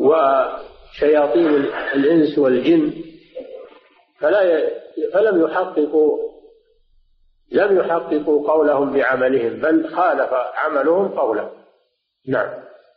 وشياطين الإنس والجن، فلم يحققوا قولهم بعملهم، بل خالف عملهم قولهم. نعم.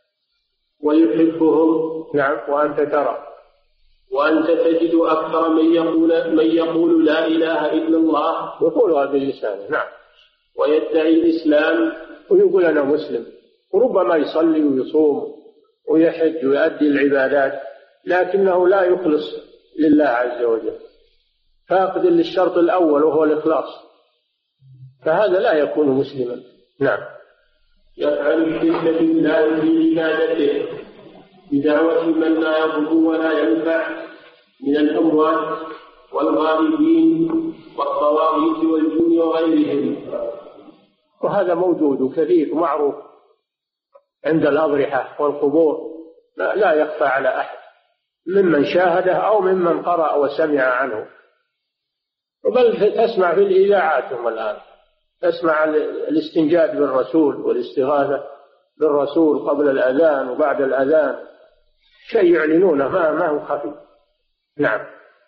ويحبهم. نعم. وأنت ترى وأنت تجد أكثر من يقول لا إله إلا الله، يقولها باللسان. نعم. ويدعي الإسلام ويقول أنا مسلم، وربما يصلي ويصوم ويحج ويؤدي العبادات، لكنه لا يخلص لله عز وجل، فاقد للشرط الأول وهو الإخلاص، فهذا لا يكون مسلما. نعم. يفعل الشرك بالله في عبادته بدعوة من لا يضر ولا ينفع من الأموات والغائبين والطواغيت والجن وغيرهم. وهذا موجود كثير معروف عند الأضرحة والقبور، لا يخفى على أحد ممن شاهده أو ممن قرأ وسمع عنه، بل تسمع في الإذاعات الآن، تسمع الاستنجاد بالرسول والاستغاثة بالرسول قبل الأذان وبعد الأذان، شيء يعلنونه ما هو خفي. نعم.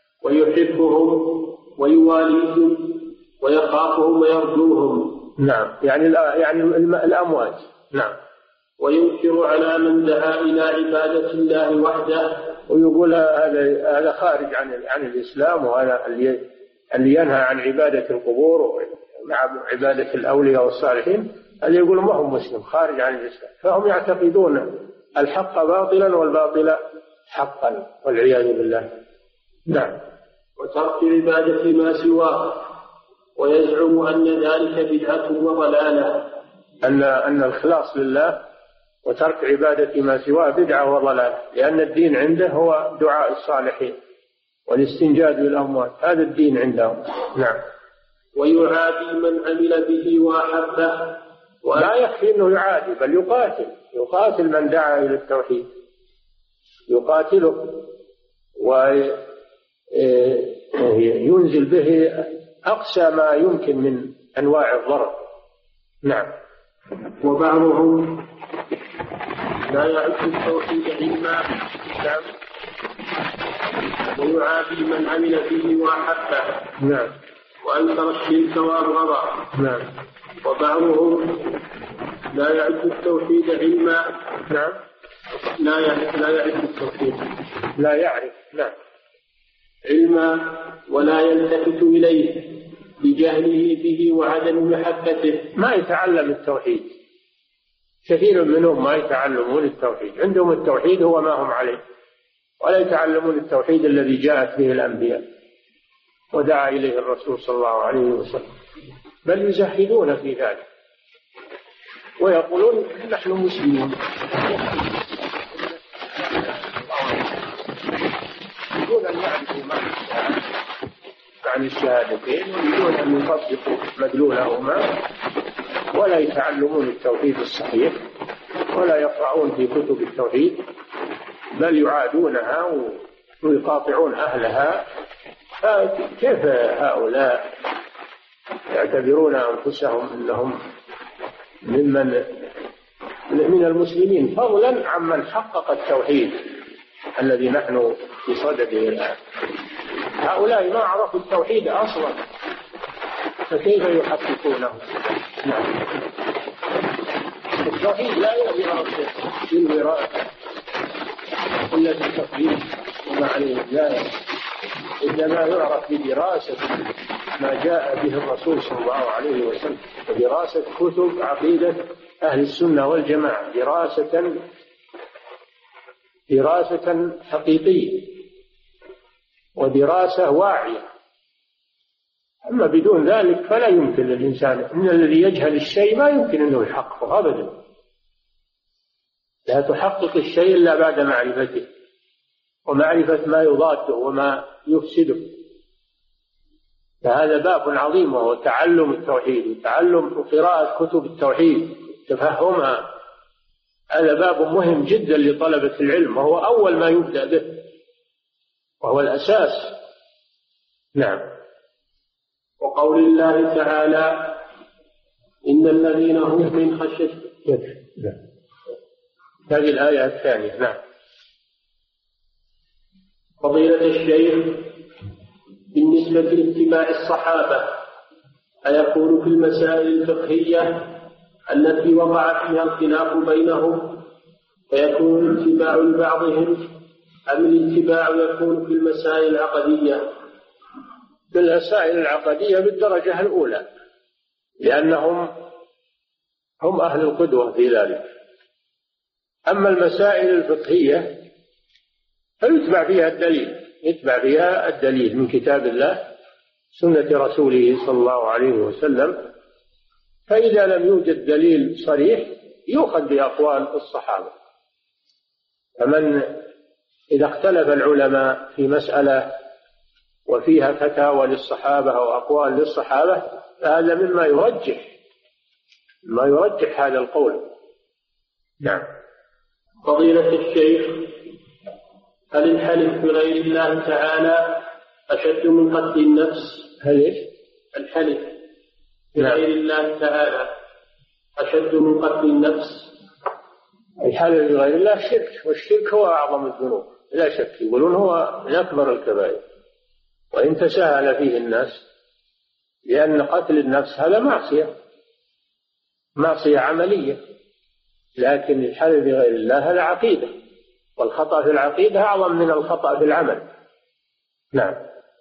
ويحبهم ويواليهم ويخافهم ويرجوهم. نعم. يعني الأموات. نعم. وينكر على من دعا إلى عبادة الله وحده، ويقول هذا خارج عن الإسلام، وهذا اللي ينهى عن عبادة القبور مع عبادة الأولياء والصالحين، اللي يقول ما هو مسلم، خارج عن الإسلام. فهم يعتقدون الحق باطلا والباطل حقا، والعياذ بالله. نعم. وترك عبادة ما سواه، ويزعم أن ذلك بدعة وضلالة. أن الإخلاص لله وترك عبادة ما سواه بدعة وضلالة، لأن الدين عنده هو دعاء الصالحين والاستنجاد بالأموات، هذا الدين عندهم. نعم. ويعادي من عمل به وأحبه. لا يكفي أنه يعادي، بل يقاتل من دعا إلى التوحيد، يقاتله وينزل به أقصى ما يمكن من أنواع الضرر. نعم. وبعضهم لا يعرف التوحيد علما. نعم. ويعادي من عمل به وأحبه. نعم. وأنكر الشرك وأبغضه. نعم. وبعضهم لا يعرف التوحيد علما. نعم. لا يعرف التوحيد. لا يعرف. نعم. علما ولا يلتفت إليه بجهله به وعدم محبته. ما يتعلم التوحيد، كثير منهم ما يتعلمون التوحيد، عندهم التوحيد هو ما هم عليه، ولا يتعلمون التوحيد الذي جاءت به الأنبياء ودعا إليه الرسول صلى الله عليه وسلم، بل يزهدون في ذلك ويقولون نحن مسلمون، يريدون أن يعرفوا معنى الشهادتين ويريدون أن يطبقوا مدلولهما، ولا يتعلمون التوحيد الصحيح ولا يقرؤون في كتب التوحيد، بل يعادونها ويقاطعون أهلها. فكيف هؤلاء يعتبرون أنفسهم أنهم من المسلمين، فضلا عمن حقق التوحيد الذي نحن في صدده الآن؟ هؤلاء ما عرفوا التوحيد أصلا، فكيف يحققونه؟ نعم. التوحيد لا يعرف بالوراثة إلا بالتقليد ومعرفة الله، إنما يعرف بدراسة ما جاء به الرسول صلى الله عليه وسلم، ودراسة كتب عقيدة أهل السنة والجماعة، دراسة حقيقية ودراسة واعية. أما بدون ذلك فلا يمكن للإنسان، إن الذي يجهل الشيء ما يمكن أنه يحققه أبدا، لا تحقق الشيء إلا بعد معرفته ومعرفة ما يضاده وما يفسده. فهذا باب عظيم، وهو تعلم التوحيد وتعلم وقراءة كتب التوحيد تفهمها. هذا باب مهم جدا لطلبة العلم، وهو أول ما يبدأ به وهو الأساس. نعم. وقول الله تعالى إن الذين هم من خشية. هذه الآية الثانية. نعم. فضيلة الشيخ، بالنسبة لاتباع الصحابة أيكون في المسائل الفقهية التي وقع فيها الخلاف بينهم فيكون الاتباع لبعضهم، أم الاتباع يكون في المسائل العقدية؟ في المسائل العقدية بالدرجة الأولى، لأنهم هم أهل القدوة في ذلك. أما المسائل الفقهية فيتبع فيها الدليل من كتاب الله سنة رسوله صلى الله عليه وسلم. فإذا لم يوجد دليل صريح يؤخذ بأقوال الصحابة. فمن إذا اختلف العلماء في مسألة وفيها فتاوى للصحابة أو أقوال للصحابة فهذا مما يرجح هذا القول. نعم. فضيلة الشيخ، هل الحلف بغير الله تعالى أشد من قتل النفس؟ الحلف بغير الله تعالى أشد من قتل النفس؟ الحلف بغير الله شرك، والشرك هو أعظم الذنوب لا شك. يقولون هو من أكبر الكبائر، وإن تساهل فيه الناس، لأن قتل النفس هذا معصية عملية، لكن الحلف بغير الله هذا عقيدة، والخطأ في العقيدة أعظم من الخطأ في العمل. نعم.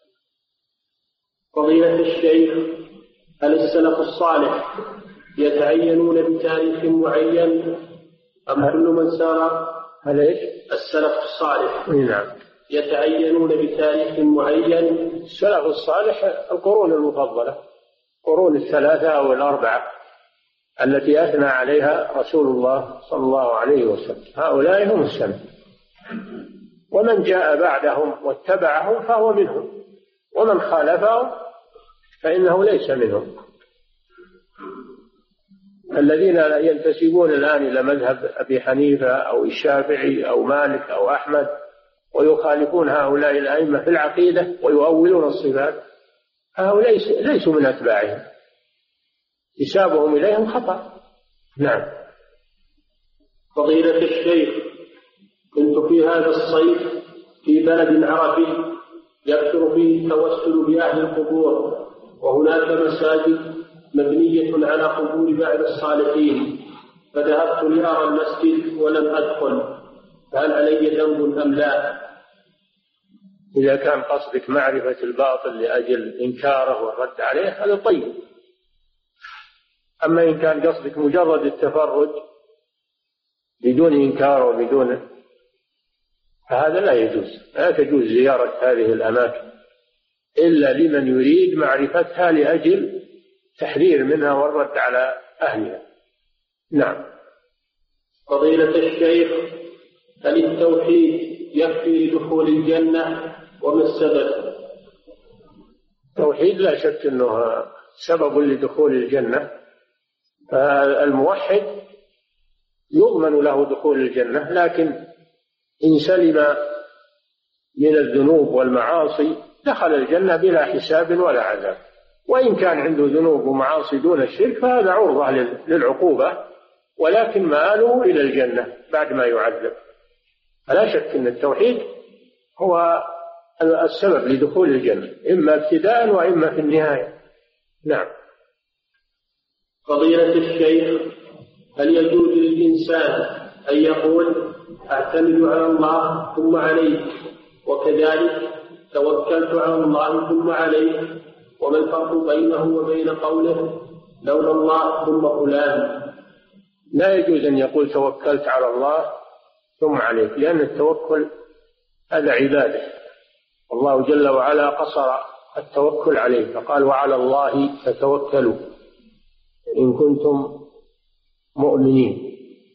فضيلة الشيخ، هل السلف الصالح يتعينون بتاريخ معين أم كل من سار؟ السلف الصالح نعم يتعينون بتاريخ معين؟ السلف الصالح القرون المفضلة، قرون الثلاثة أو الأربعة التي أثنى عليها رسول الله صلى الله عليه وسلم، هؤلاء هم السلف. ومن جاء بعدهم واتبعهم فهو منهم، ومن خالفهم فإنه ليس منهم. الذين ينتسبون الآن إلى مذهب أبي حنيفة أو الشافعي أو مالك أو أحمد ويخالفون هؤلاء الأئمة في العقيدة ويؤولون الصفات، هؤلاء ليسوا من أتباعهم، حسابهم إليهم خطأ. نعم. فضيلة الشيخ، كنت في هذا الصيف في بلد عربي يكثر فيه التوسل بأهل القبور، وهناك مساجد مبنية على قبور بعض الصالحين، فذهبت لأرى المسجد ولم أدخل، فهل علي ذنب أم لا؟ إذا كان قصدك معرفة الباطل لأجل إنكاره والرد عليه هذا طيب. أما إن كان قصدك مجرد التفرج بدون إنكار وبدون، فهذا لا يجوز. لا تجوز زيارة هذه الأماكن إلا لمن يريد معرفتها لأجل تحذير منها والرد على أهلها. نعم. فضيلة الشيخ، هل التوحيد يكفي لدخول الجنة وما السبب؟ التوحيد لا شك أنه سبب لدخول الجنة، فالموحد يضمن له دخول الجنة، لكن إن سلم من الذنوب والمعاصي دخل الجنة بلا حساب ولا عذاب. وإن كان عنده ذنوب ومعاصي دون الشرك فهذا عرضة للعقوبة، ولكن مآله إلى الجنة بعد ما يعذب. فلا شك أن التوحيد هو السبب لدخول الجنة، إما ابتداء وإما في النهاية. نعم. فضيلة الشيخ، هل يجوز للإنسان أن يقول أعتمد على الله ثم عليك، وكذلك توكلت على الله ثم عليك، وما الفرق بينه وبين قوله لولا الله ثم فلان؟ لا يجوز أن يقول توكلت على الله ثم عليك، لأن التوكل هذا عبادة، والله جل وعلا قصر التوكل عليه فقال وعلى الله فتوكلوا إن كنتم مؤمنين.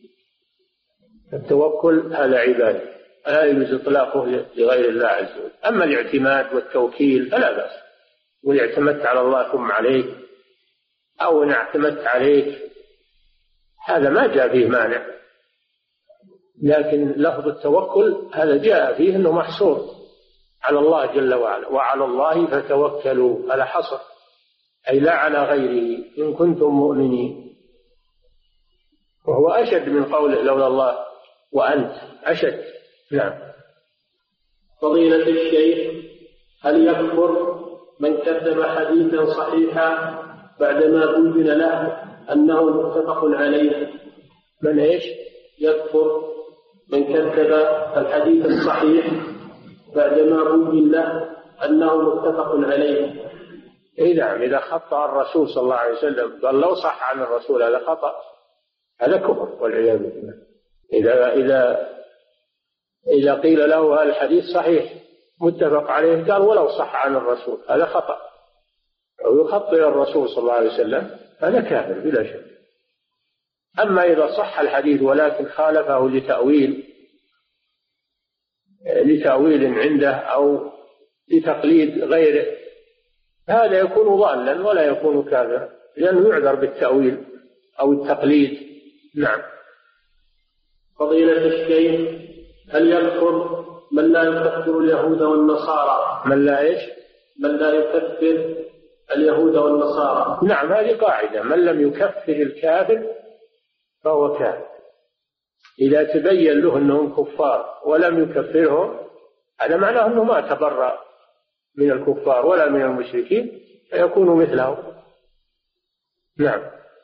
التوكل هذا عبادة لا يجوز إطلاقه لغير الله عز وجل. أما الاعتماد والتوكيل فلا بأس، وإن اعتمدت على الله ثم عليك، أو إن اعتمدت عليك، هذا ما جاء فيه مانع. لكن لفظ التوكل هذا جاء فيه أنه محصور على الله جل وعلا، وعلى الله فتوكلوا، على حصر، أي لا على غيره إن كنتم مؤمنين. وهو أشد من قول لولا الله وأنت، أشد. نعم. فضيلة الشيخ، هل يكفر من كذب حديثا صحيحا بعدما بين له أنه متفق عليه؟ من إيش؟ يكفر من كذب الحديث الصحيح بعدما بين له أنه متفق عليه. نعم، إذا خطأ الرسول صلى الله عليه وسلم قال لو صح عن الرسول هذا خطأ، هذا كفر والعياذ بالله. إذا قيل له الحديث صحيح متفق عليه قال ولو صح عن الرسول، هذا خطأ، أو يخطئ الرسول صلى الله عليه وسلم، هذا كافر بلا شك. أما إذا صح الحديث ولكن خالفه لتأويل عنده أو لتقليد غيره، هذا يكون ضالا ولا يكون كافرا، لأنه يعذر بالتأويل أو التقليد. نعم. فضيلة الشيخ، هل يكفر من لا يكفر اليهود والنصارى؟ من لا إيش؟ من لا يكفر اليهود والنصارى. نعم، هذه قاعدة، من لم يكفر الكافر فهو كافر. إذا تبين له أنهم كفار ولم يكفرهم، هذا معناه أنه ما تبرأ من الكفار ولا من المشركين، فيكون مثله. نعم.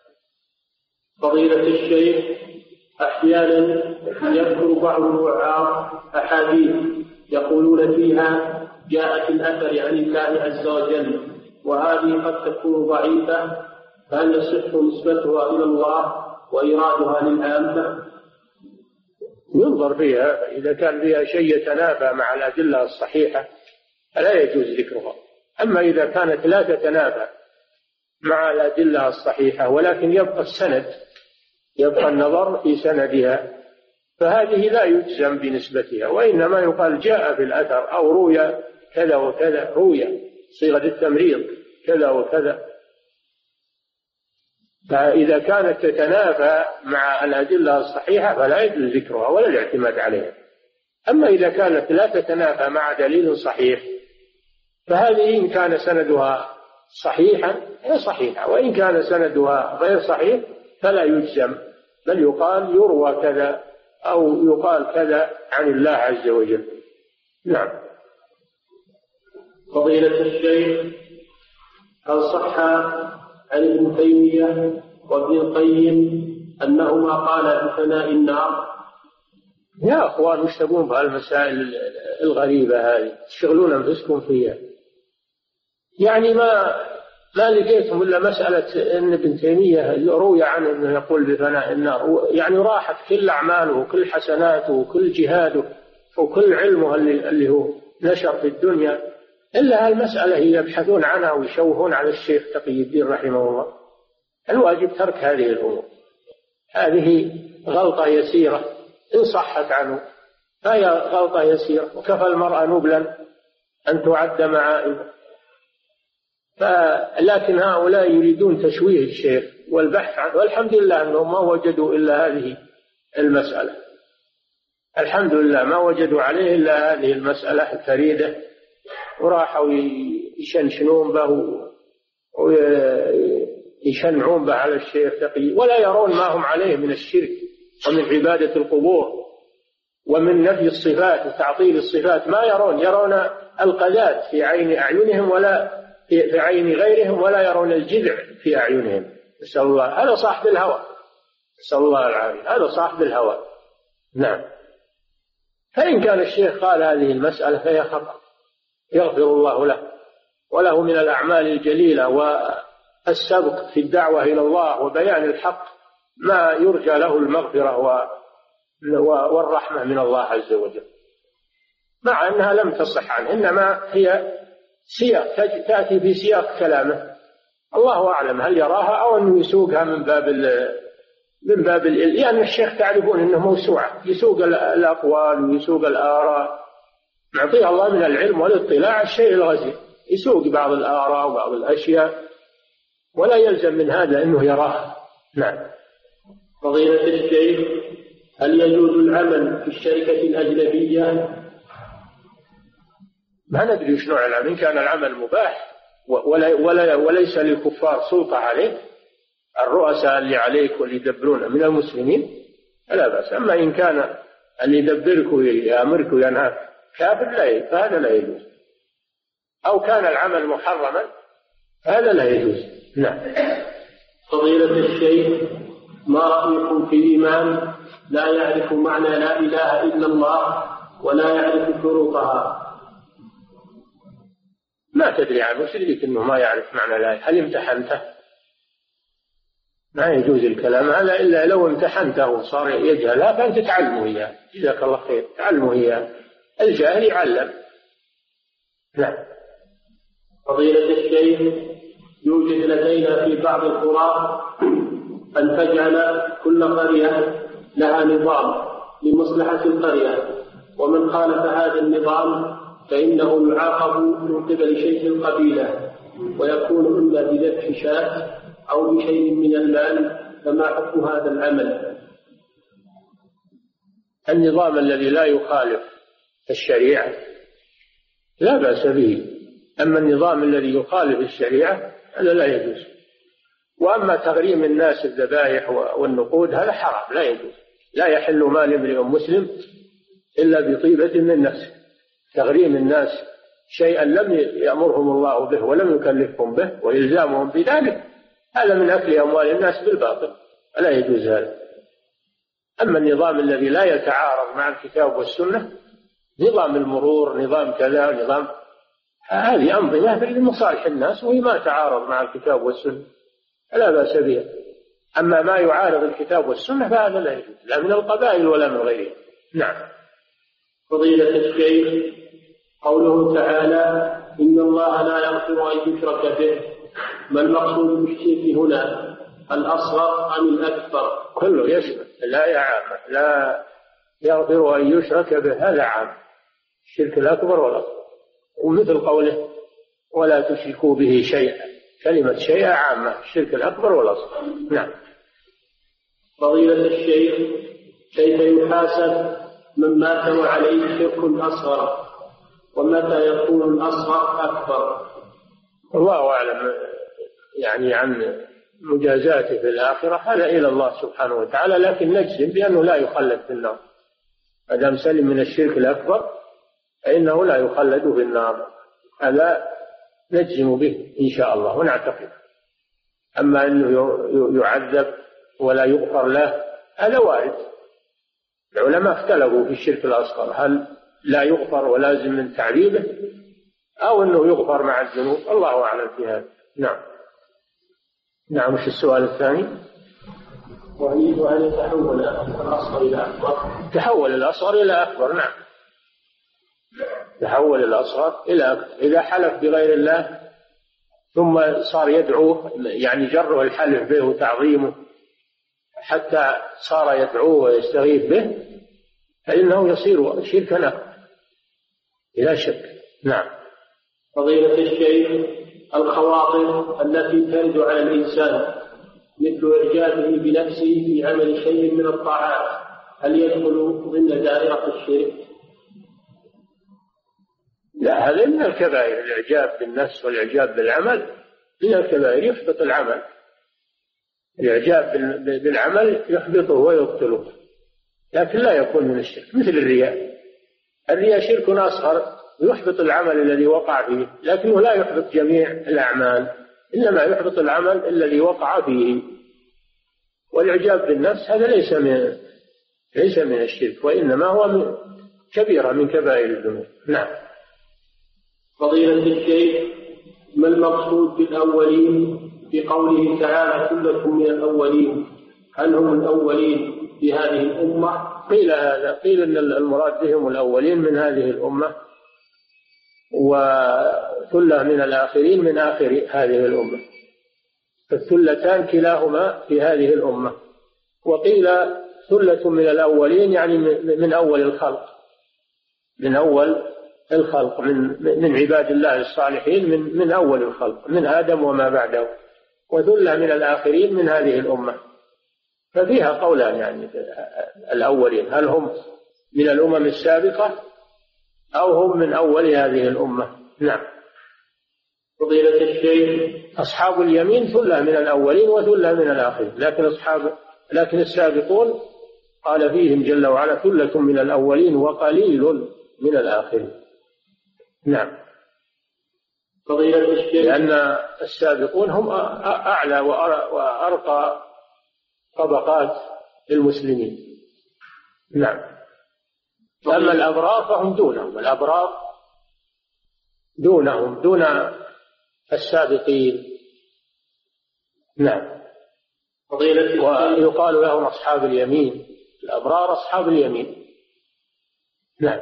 فضيلة الشيخ، أحيانا يذكر بعض الوعاظ أحاديث يقولون فيها جاءت الأثر عن الله عز وجل، وهذه قد تكون ضعيفة، فهل يصح نسبتها إلى الله وإيرادها للعامة؟ ينظر فيها، إذا كان فيها شيء يتنافى مع الأدلة الصحيحة فلا يجوز ذكرها. أما إذا كانت لا تتنافى مع الأدلة الصحيحة ولكن يبقى السند، يبقى النظر في سندها، فهذه لا يجزم بنسبتها، وإنما يقال جاء في الأثر أو روي كذا وكذا، روي صيغة التمريض كذا وكذا. فإذا كانت تتنافى مع الأدلة الصحيحة فلا يجوز ذكرها ولا الاعتماد عليها. أما إذا كانت لا تتنافى مع دليل صحيح فهذه إن كان سندها صحيحا هي صحيحة، وإن كان سندها غير صحيح فلا يجزم، بل يقال يروى كذا أو يقال كذا عن الله عز وجل. نعم. فضيلة الشيخ، هل صح عن ابن تيمية وابن القيم أنهما قالا بفناء النار؟ يا أخوان، وش تقوم بهالمسائل الغريبة هذه؟ تشغلون أنفسكم فيها. يعني ما لقيتم إلا مسألة أن ابن تيمية روي عنه أنه يقول بفناء النار، يعني راحت كل أعماله وكل حسناته وكل جهاده وكل علمه اللي هو نشر في الدنيا، إلا هالمسألة هي يبحثون عنها ويشوهون على الشيخ تقي الدين رحمه الله. الواجب ترك هذه الأمور، هذه غلطة يسيرة إن صحت عنه، فهي غلطة يسيرة، وكفى المرأة نبلا أن تعد معائب. لكن هؤلاء يريدون تشويه الشيخ والبحث عنه، والحمد لله أنهم ما وجدوا إلا هذه المسألة، الحمد لله ما وجدوا عليه إلا هذه المسألة الفريدة، وراحوا يشنشنون به ويشنعون به على الشيخ تقي، ولا يرون ما هم عليه من الشرك ومن عبادة القبور ومن نفي الصفات وتعطيل الصفات، ما يرون القذات في عين أعينهم ولا في عين غيرهم، ولا يرون الجذع في أعينهم. نسأل الله، هذا صاحب الهوى، نسأل الله العافية، هذا صاحب الهوى. نعم. فإن كان الشيخ قال هذه المسألة فهي خطأ، يغفر الله له، وله من الأعمال الجليلة والسبق في الدعوة إلى الله وبيان الحق ما يرجى له المغفرة والرحمة من الله عز وجل، مع أنها لم تصح عنه، إنما هي سياق تأتي في سياق كلامه، الله أعلم هل يراها أو أنه يسوقها من باب يعني الشيخ تعرفون أنه موسوعة، يسوق الأقوال ويسوق الآراء، نعطيها الله من العلم والاطلاع الشيء الغزير، يسوق بعض الآراء وبعض الأشياء، ولا يلزم من هذا أنه يراها. نعم. فضيلة الشيخ، هل يجوز العمل في الشركة الأجنبية؟ ما ندري وش نوع العمل، إن كان العمل مباح وليس للكفار سلطة عليه، الرؤساء اللي عليك واللي يدبرون من المسلمين فلا بأس، أما إن كان اللي يدبرك ويأمرك وينهاك كافر فهذا لا يجوز، أو كان العمل محرما هذا لا يجوز. نعم. فضيلة الشيخ، ما رأيكم في إمام لا يعرف معنى لا إله إلا الله ولا يعرف شروطها؟ ما تدري عنه، تدريك أنه ما يعرف معنى لا إله، هل امتحنته؟ ما يجوز الكلام هذا إلا لو امتحنته وصار يجهل، فأنت تعلمه إياه، جزاك الله خير، تعلمه إياه، الجاهل يعلم. نعم. فضيلة الشيخ، يوجد لدينا في بعض القرى أن تجعل كل قرية لها نظام لمصلحة القرية، ومن خالف هذا النظام فإنه يعاقب من قبل شيخ القبيلة، ويكون إما بذبح شاة أو بشيء من المال، فما حكم هذا العمل؟ النظام الذي لا يخالف الشريعة لا بأس به، أما النظام الذي يخالف الشريعة هذا لا يجوز. وأما تغريم الناس الذبائح والنقود هذا حرام، لا يجوز، لا يحل مال امرئ مسلم إلا بطيبة من نفسه. تغريم الناس شيئا لم يأمرهم الله به ولم يكلفهم به وإلزامهم بذلك هذا من أكل أموال الناس بالباطل، لا يجوز هذا. أما النظام الذي لا يتعارض مع الكتاب والسنة، نظام المرور، نظام كذا، نظام، هذه أنظمة لمصالح الناس وهي ما تعارض مع الكتاب والسنة لا بأس بها. أما ما يعارض الكتاب والسنة فهذا لا يجوز، لا من القبائل ولا من غيرها. نعم. فضيلة الشيخ، قوله تعالى إن الله لا يغفر أن يشرك به، ما المقصود بالشرك هنا؟ الأصغر أم الأكبر؟ كله يشمل، لا يا عامة، لا يغفر أن يشرك به هذا عام، الشرك الأكبر والأصغر. ومثل قوله ولا تشركوا به شيئا، كلمة شيئا عامة، الشرك الأكبر والأصغر. نعم. فضيلة الشيخ، كيف يحاسب من مات وعليه شرك أصغر، ومتى يكون الأصغر أكبر؟ الله أعلم يعني عن مجازاته في الآخرة، هذا إلى الله سبحانه وتعالى، لكن نجزم بأنه لا يخلد في النار، ما دام سلم من الشرك الأكبر فإنه لا يخلد في النار، هذا نجزم به إن شاء الله ونعتقد. أما أنه يعذب ولا يغفر له هذا وارد، العلماء اختلفوا في الشرك الأصغر، هل لا يغفر ولازم من تعذيبه أو أنه يغفر مع الذنوب، الله أعلم في هذا. نعم. نعم. وش السؤال الثاني؟ وأن يتحول الأصغر إلى أكبر. تحول الأصغر إلى أكبر. نعم. تحول الأصغر إلى أكبر إذا حلف بغير الله ثم صار يدعوه، يعني جره الحلف به وتعظيمه حتى صار يدعوه ويستغيث به، فإنه يصير شركا أكبر بلا شك. نعم. فضيلة الشيخ، الخواطر التي ترد على الإنسان مثل إعجابه بنفسه في عمل شيء من الطاعات، هل يدخل ضمن دائرة الشرك؟ لا، هذا من الكبائر، الإعجاب بالنفس والإعجاب بالعمل من الكبائر، يحبط العمل. الإعجاب بالعمل يحبطه ويبطله، لكن لا يكون من الشرك. مثل الرياء، الرياء شرك أصغر يحبط العمل الذي وقع فيه، لكنه لا يحبط جميع الأعمال، إنما يحبط العمل الذي وقع فيه. والإعجاب بالنفس هذا ليس من الشرك، وإنما هو كبيرة من كبائر الذنوب. نعم. فضيلة الشيخ، ما المقصود بالأولين في قوله تعالى كلكم من الأولين؟ هل هم الأولين في هذه الأمة؟ قيل هذا، قيل أن المراد بهم الأولين من هذه الأمة، وثلة من الآخرين من آخر هذه الأمة، فالثلتان كلاهما في هذه الأمة. وقيل ثلة من الأولين يعني من أول الخلق، من أول الخلق، من عباد الله الصالحين، من أول الخلق، من آدم وما بعده. وثلة من الآخرين من هذه الأمة، ففيها قولان يعني الأولين، هل هم من الأمم السابقة أو هم من أول هذه الأمة. نعم. فضيلة الشيخ، أصحاب اليمين ثلة من الأولين وثلة من الآخرين، لكن السابقون قال فيهم جل وعلا ثلة من الأولين وقليل من الآخرين. نعم. فضيلة الشيخ، لأن السابقون هم أعلى وأرقى طبقات المسلمين. نعم. أما الأبرار فهم دونهم، الأبرار دونهم دون السابقين. نعم. ويقال لهم أصحاب اليمين، الأبرار أصحاب اليمين. نعم.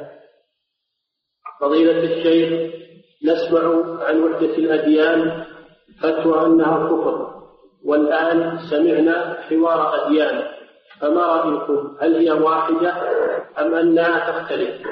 فضيلة الشيخ، نسمع عن وحدة الأديان فتوى أنها كفر، والآن سمعنا حوار أديان، فما رأيكم؟ هل هي واحدة أم أنها تختلف؟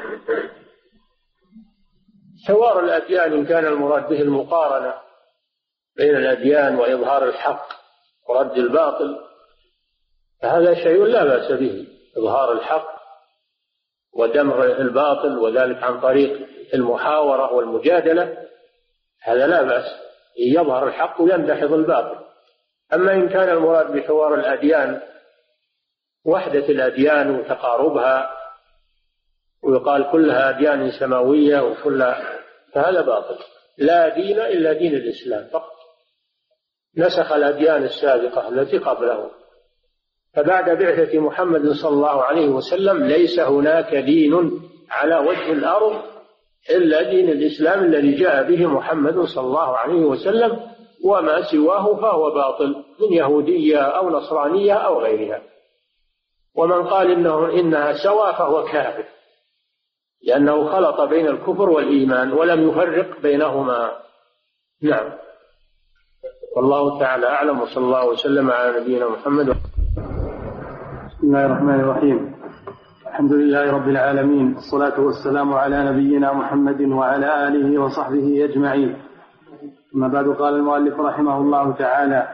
حوار الأديان إن كان المراد به المقارنة بين الأديان وإظهار الحق ورد الباطل فهذا شيء لا بأس به، إظهار الحق ودمر الباطل، وذلك عن طريق المحاورة والمجادلة، هذا لا بأس، يظهر الحق ويندحض الباطل. أما إن كان المراد بحوار الأديان وحدة الأديان وتقاربها ويقال كلها أديان سماوية وكلها، فهذا باطل. لا دين إلا دين الإسلام فقط، نسخ الأديان السابقة التي قبله. فبعد بعثة محمد صلى الله عليه وسلم ليس هناك دين على وجه الأرض إلا دين الإسلام الذي جاء به محمد صلى الله عليه وسلم، وما سواه فهو باطل من يهودية أو نصرانية أو غيرها. ومن قال إنها سواء فهو كافر، لأنه خلط بين الكفر والإيمان ولم يفرق بينهما. نعم. والله تعالى أعلم، وصلى الله وسلم على نبينا محمد. بسم الله الرحمن الرحيم. الحمد لله رب العالمين، والصلاة والسلام على نبينا محمد وعلى آله وصحبه أجمعين. أما بعد، قال المؤلف رحمه الله تعالى: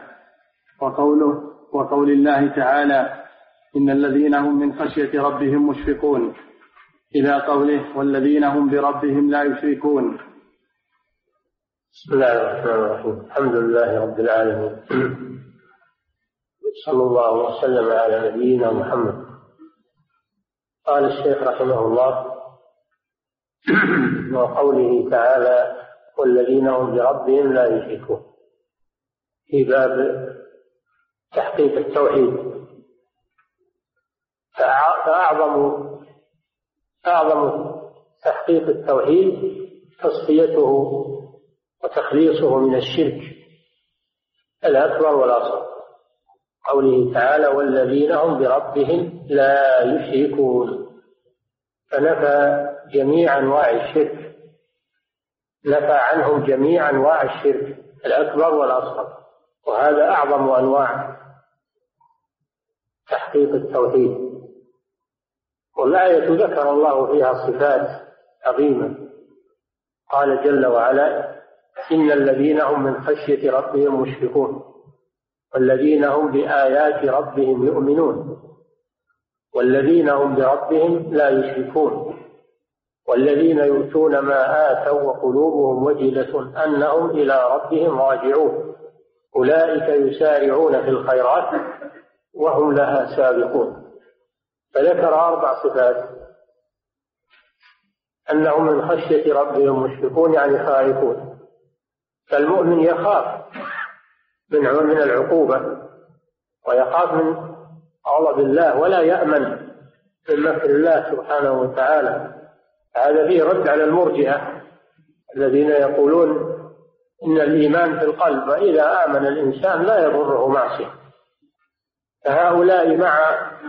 وقول الله تعالى: إن الذين هم من خشية ربهم مشفقون، إلى قوله: والذين هم بربهم لا يشركون. بسم الله الرحمن الرحيم. الحمد لله رب العالمين، صلى الله وسلم على نبينا محمد. قال الشيخ رحمه الله: وقوله تعالى: والذين هم بربهم لا يشركون، في باب تحقيق التوحيد. فأعظم تحقيق التوحيد تصفيته وتخليصه من الشرك الأكبر والأصغر. قوله تعالى: والذين هم بربهم لا يشركون، فنفى جميع أنواع الشرك، نفى عنهم جميع أنواع الشرك الأكبر والأصغر، وهذا أعظم أنواع تحقيق التوحيد. والآية ذكر الله فيها صفات عظيمة، قال جل وعلا: إن الذين هم من خشية ربهم مشفقون، والذين هم بآيات ربهم يؤمنون، والذين هم بربهم لا يشركون، والذين يؤتون ما آتوا وقلوبهم وجلة أنهم إلى ربهم راجعون، أولئك يسارعون في الخيرات وهم لها سابقون. فذكر 4 صفات: أنهم من خشية ربهم مشفقون، يعني خائفون. فالمؤمن يخاف من العقوبة، ويخاف من غضب الله، ولا يأمن من مكر الله سبحانه وتعالى. هذا فيه رد على المرجئة الذين يقولون إن الإيمان في القلب، وإذا آمن الإنسان لا يضره معصية. فهؤلاء مع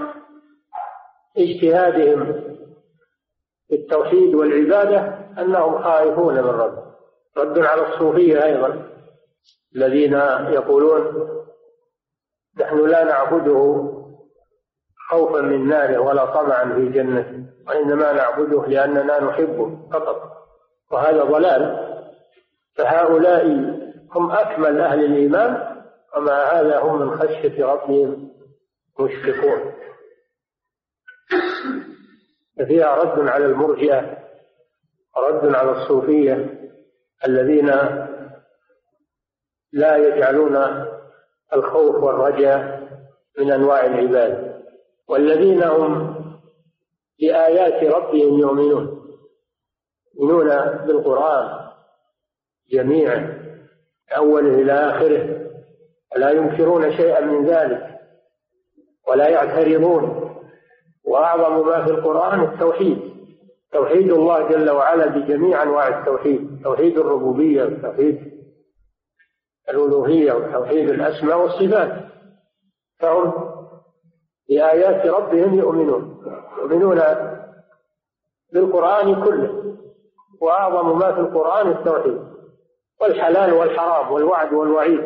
اجتهادهم في التوحيد والعبادة أنهم خائفون من رب. رد على الصوفية أيضا الذين يقولون نحن لا نعبده خوفا من ناره ولا طمعا في جنته، وإنما نعبده لأننا نحبه فقط، وهذا ضلال. فهؤلاء هم أكمل أهل الإيمان، ومع هذا هم من خشية ربهم مشفقون. ففيها رد على المرجئة ورد على الصوفية الذين لا يجعلون الخوف والرجاء من أنواع العبادة. والذين هم بآيات ربهم يؤمنون، يؤمنون بالقرآن جميعا أوله إلى آخره، لا ينكرون شيئا من ذلك ولا يعترضون. وأعظم ما في القرآن التوحيد، توحيد الله جل وعلا بجميع أنواع التوحيد، توحيد الربوبية وتوحيد الألوهية وتوحيد الأسماء والصفات. فهم بآيات ربهم يؤمنون بالقرآن كله. وأعظم ما في القرآن التوحيد والحلال والحرام والوعد والوعيد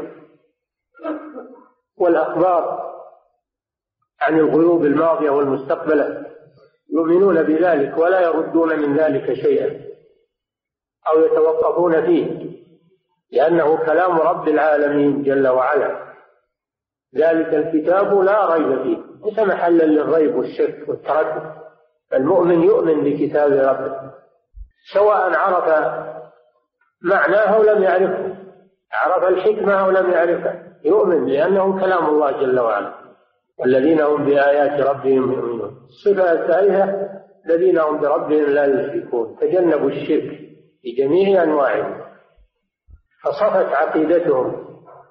والأخبار عن الغيوب الماضية والمستقبلة، يؤمنون بذلك ولا يردون من ذلك شيئا أو يتوقفون فيه، لأنه كلام رب العالمين جل وعلا. ذلك الكتاب لا ريب فيه، ليس محلا للريب والشك والتردد. المؤمن يؤمن بكتاب ربه سواء عرف معناه أو لم يعرفه، عرف الحكمة أو لم يعرفها، يؤمن لأنه كلام الله جل وعلا. والذين هم بآيات ربهم يؤمنون. الصفة الثالثة الذين هم بربهم لا يشركون، تجنبوا الشرك بجميع أنواعه، فصفت عقيدتهم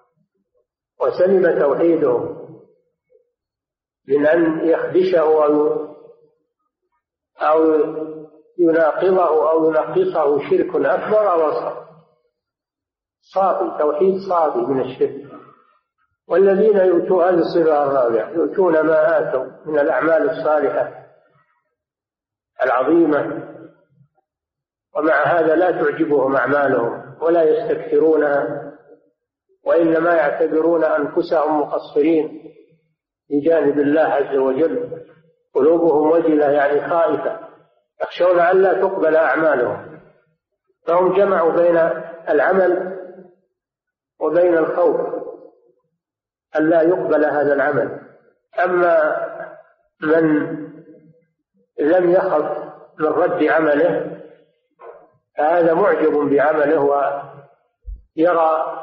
وسلم توحيدهم من أن يخدشه أو يناقضه أو ينقصه شرك أكبر أو أصغر. صافي، توحيد صافي من الشرك. والذين يؤتون، هذه الصفة الرابعة، يؤتون ما آتوا من الأعمال الصالحة العظيمة، ومع هذا لا تعجبهم أعمالهم ولا يستكثرونها، وإنما يعتبرون أنفسهم مقصرين بجانب الله عز وجل. قلوبهم وجلة يعني خائفة، يخشون أن لا تقبل أعمالهم. فهم جمعوا بين العمل وبين الخوف أن لا يقبل هذا العمل. أما من لم يخف من رد عمله فهذا معجب بعمله ويرى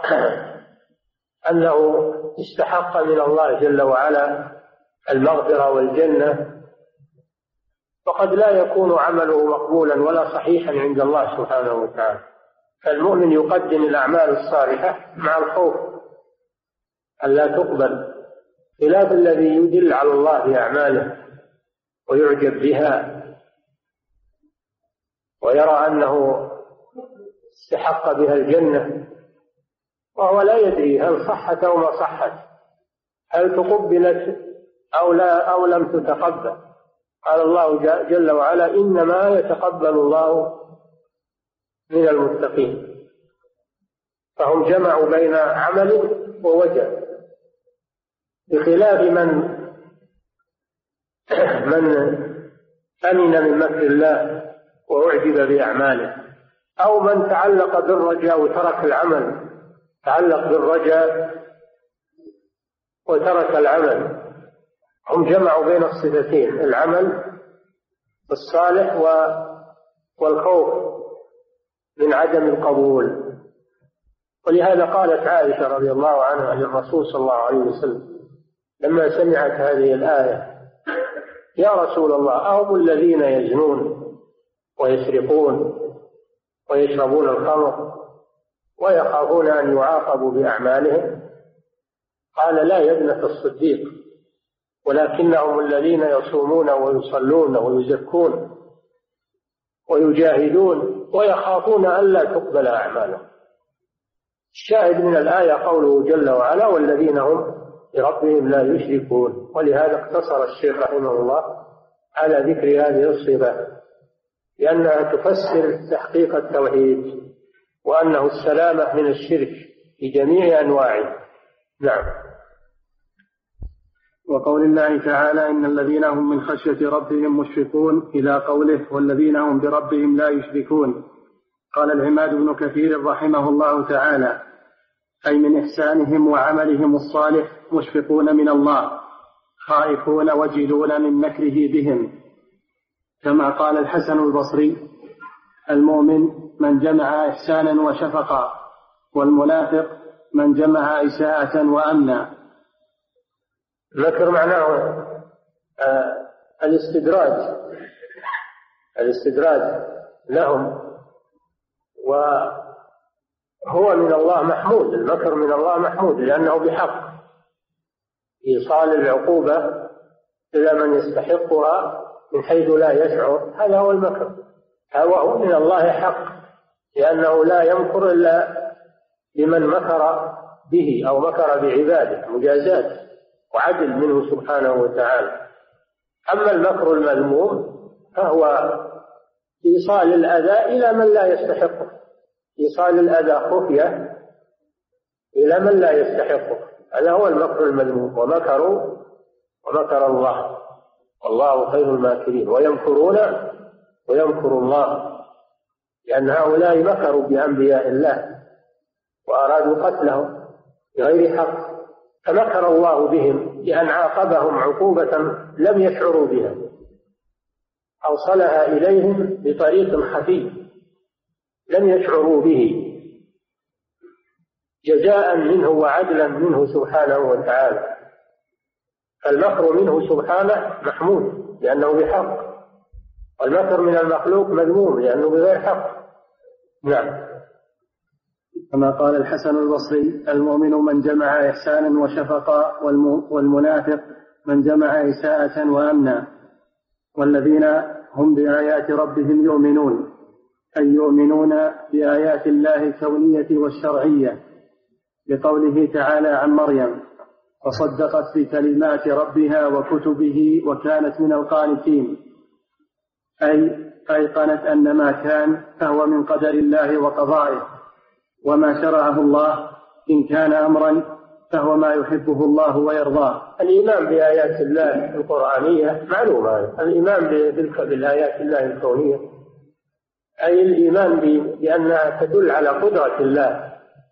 أنه استحق من الله جل وعلا المغفرة والجنة، وقد لا يكون عمله مقبولا ولا صحيحا عند الله سبحانه وتعالى. فالمؤمن يقدم الأعمال الصالحة مع الخوف أن لا تقبل، خلاف الذي يدل على الله بأعماله ويعجب بها ويرى أنه استحق بها الجنة وهو لا يدري هل صحت أو ما صحت، هل تقبلت أو لا أو لم تتقبل. قال الله جل وعلا: إنما يتقبل الله من المتقين. فهم جمعوا بين عمل ووجه، بخلاف من أمن من مكر الله وأعجب بأعماله، أو من تعلق بالرجاء وترك العمل، تعلق بالرجاء وترك العمل. هم جمعوا بين الصفتين، العمل الصالح والخوف من عدم القبول. ولهذا قالت عائشة رضي الله عنها للرسول صلى الله عليه وسلم لما سمعت هذه الآية: يا رسول الله، أهم الذين يزنون ويسرقون ويشربون الخمر ويخافون أن يعاقبوا بأعمالهم؟ قال: لا يا ابنة الصديق، ولكنهم الذين يصومون ويصلون ويزكون ويجاهدون ويخافون ألا تقبل أعمالهم. الشاهد من الآية قوله جل وعلا: والذين هم بربهم لا يشركون. ولهذا اقتصر الشيخ رحمه الله على ذكر هذه الصفة، لأنها تفسر تحقيق التوحيد وأنه السلامة من الشرك في جميع أنواعه. نعم. وقول الله تعالى: إن الذين هم من خشية ربهم مشفقون، إلى قوله: والذين هم بربهم لا يشركون. قال العماد بن كثير رحمه الله تعالى: أي من إحسانهم وعملهم الصالح مشفقون من الله، خائفون وجلون من مكره بهم. كما قال الحسن البصري: المؤمن من جمع إحسانا وشفقا، والمنافق من جمع إساءة وأمنا. المكر معناه الاستدراج لهم وهو من الله محمود، المكر من الله محمود لأنه بحق إيصال العقوبة إلى من يستحقها من حيث لا يشعر، هذا هو المكر، هو من الله حق، لأنه لا يمكر إلا لمن مكر به أو مكر بعباده، مجازات وعدل منه سبحانه وتعالى. أما المكر المذموم فهو إيصال الأذى إلى من لا يستحقه، إيصال الأذى خفية إلى من لا يستحقه، هذا هو المكر المذموم. ومكر الله والله خير الماكرين، ويمكرون ويمكر الله، لأن هؤلاء مكروا بأنبياء الله وأرادوا قتلهم بغير حق، فمكر الله بهم بأن عاقبهم عقوبة لم يشعروا بها، أوصلها إليهم بطريق خفي لم يشعروا به، جزاء منه وعدلا منه سبحانه وتعالى. المكر منه سبحانه محمود لأنه بحق، والمكر من المخلوق مذموم لأنه بغير حق. نعم. كما قال الحسن البصري: المؤمن من جمع إحسانا وشفقا، والمنافق من جمع إساءة وأمنا. والذين هم بآيات ربهم يؤمنون، أي يؤمنون بآيات الله الكونية والشرعية، لقوله تعالى عن مريم: فصدقت بكلمات ربها وكتبه وكانت من القانتين، أي أيقنت أن ما كان فهو من قدر الله وقضائه، وما شرعه الله إن كان أمرا فهو ما يحبه الله ويرضاه. الإيمان بآيات الله القرآنية معلومة، الإيمان بالآيات الله الكونية أي الإيمان بأنها تدل على قدرة الله،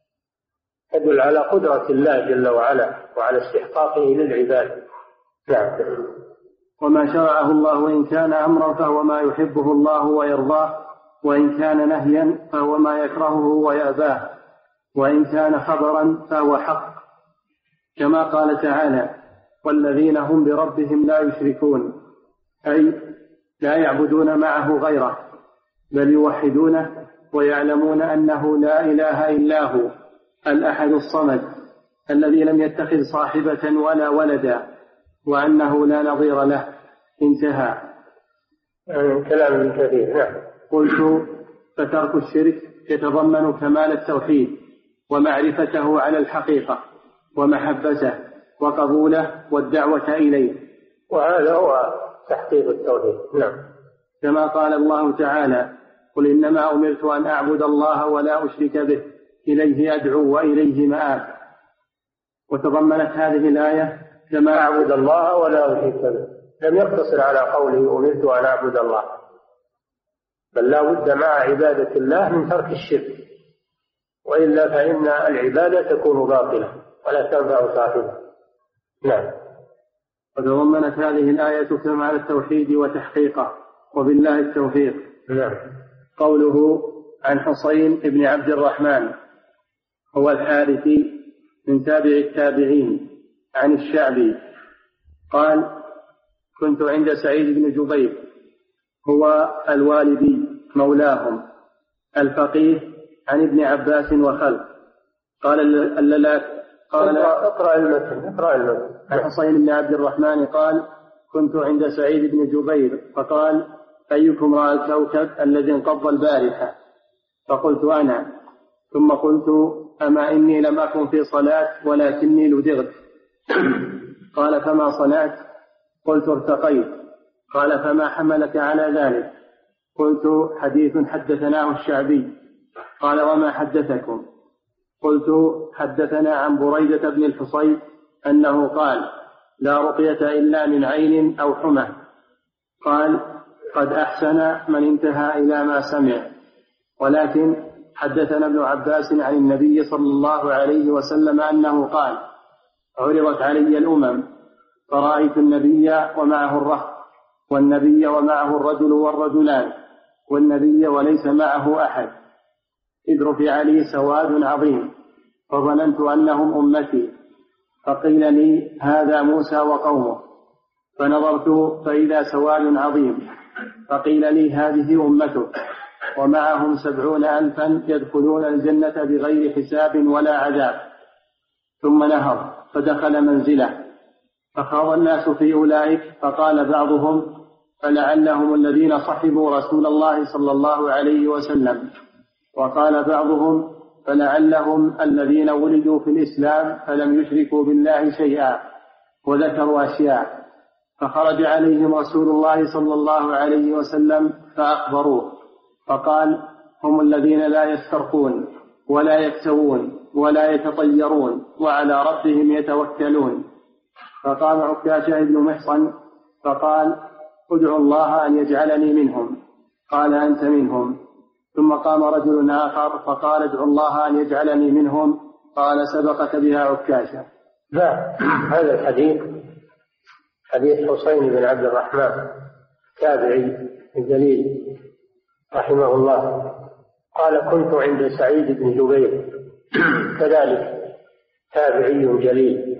تدل على قدرة الله جل وعلا وعلى استحقاقه للعباد. نعم. وما شرعه الله إن كان أمرا فهو ما يحبه الله ويرضاه، وإن كان نهيا فهو ما يكرهه ويأباه، وإن كان خبرا فهو حق، كما قال تعالى: والذين هم بربهم لا يشركون، أي لا يعبدون معه غيره، بل يوحدونه ويعلمون أنه لا إله إلا هو الأحد الصمد الذي لم يتخذ صاحبة ولا ولدا، وأنه لا نظير له. انتهى. كلام ابن كثير. نعم. قلت: فترك الشرك يتضمن كمال التوحيد ومعرفته على الحقيقة ومحبته وقبوله والدعوة إليه، وهذا هو تحقيق التوحيد. نعم. كما قال الله تعالى: قل إنما أمرت أن أعبد الله ولا أشرك به إليه أدعو وإليه مآب. وتضمنت هذه الآية كما أعبد الله ولا أشرك به، لم يقتصر على قوله أمرت أن أعبد الله، بل لا بد مع عبادة الله من ترك الشرك، وإلا فإن العبادة تكون باطلة ولا تنفع صاحبها. نعم. وتضمنت هذه الآية كمال التوحيد وتحقيقه، وبالله التوفيق. نعم. قوله عن حسين بن عبد الرحمن هو الحارثي من تابع التابعين عن الشعبي قال: كنت عند سعيد بن جبير هو الوالدي مولاهم الفقيه عن ابن عباس وخلف. قال اقرأ المتن. عن حسين بن عبد الرحمن قال: كنت عند سعيد بن جبير فقال: أيكم رأى الكوكب الذي انقض البارحة؟ فقلت: أنا. ثم قلت: أما إني لم أكن في صلاة ولكني لدغت. قال: فما صنعت؟ قلت: ارتقيت. قال: فما حملك على ذلك؟ قلت: حديث حدثناه الشعبي. قال: وما حدثكم؟ قلت: حدثنا عن بريدة بن الحصيب أنه قال: لا رقية إلا من عين أو حمى. قال: قد أحسن من انتهى إلى ما سمع. ولكن حدثنا ابن عباس عن النبي صلى الله عليه وسلم أنه قال: عرضت علي الأمم فرأيت النبي ومعه الرهط، والنبي ومعه الرجل والرجلان، والنبي وليس معه أحد، إذ رفع لي سواد عظيم فظننت أنهم أمتي، فقيل لي: هذا موسى وقومه، فنظرت فإذا سواد عظيم، فقيل لي: هذه أمتك، ومعهم 70,000 يدخلون الجنة بغير حساب ولا عذاب. ثم نهض فدخل منزله، فخاض الناس في أولئك، فقال بعضهم: فلعلهم الذين صحبوا رسول الله صلى الله عليه وسلم. وقال بعضهم: فلعلهم الذين ولدوا في الإسلام فلم يشركوا بالله شيئا، وذكروا أشياء. فخرج عليهم رسول الله صلى الله عليه وسلم فأخبروه، فقال: هم الذين لا يسترقون ولا يكتوون ولا يتطيرون وعلى ربهم يتوكلون. فقام عكاشة بن محصن فقال: ادعوا الله أن يجعلني منهم. قال: أنت منهم. ثم قام رجل آخر فقال: ادعوا الله أن يجعلني منهم. قال: سبقك بها عكاشة. لا، هذا الحديث حديث حسين بن عبد الرحمن تابعي الجليل رحمه الله، قال: كنت عند سعيد بن جبير كذلك تابعي جليل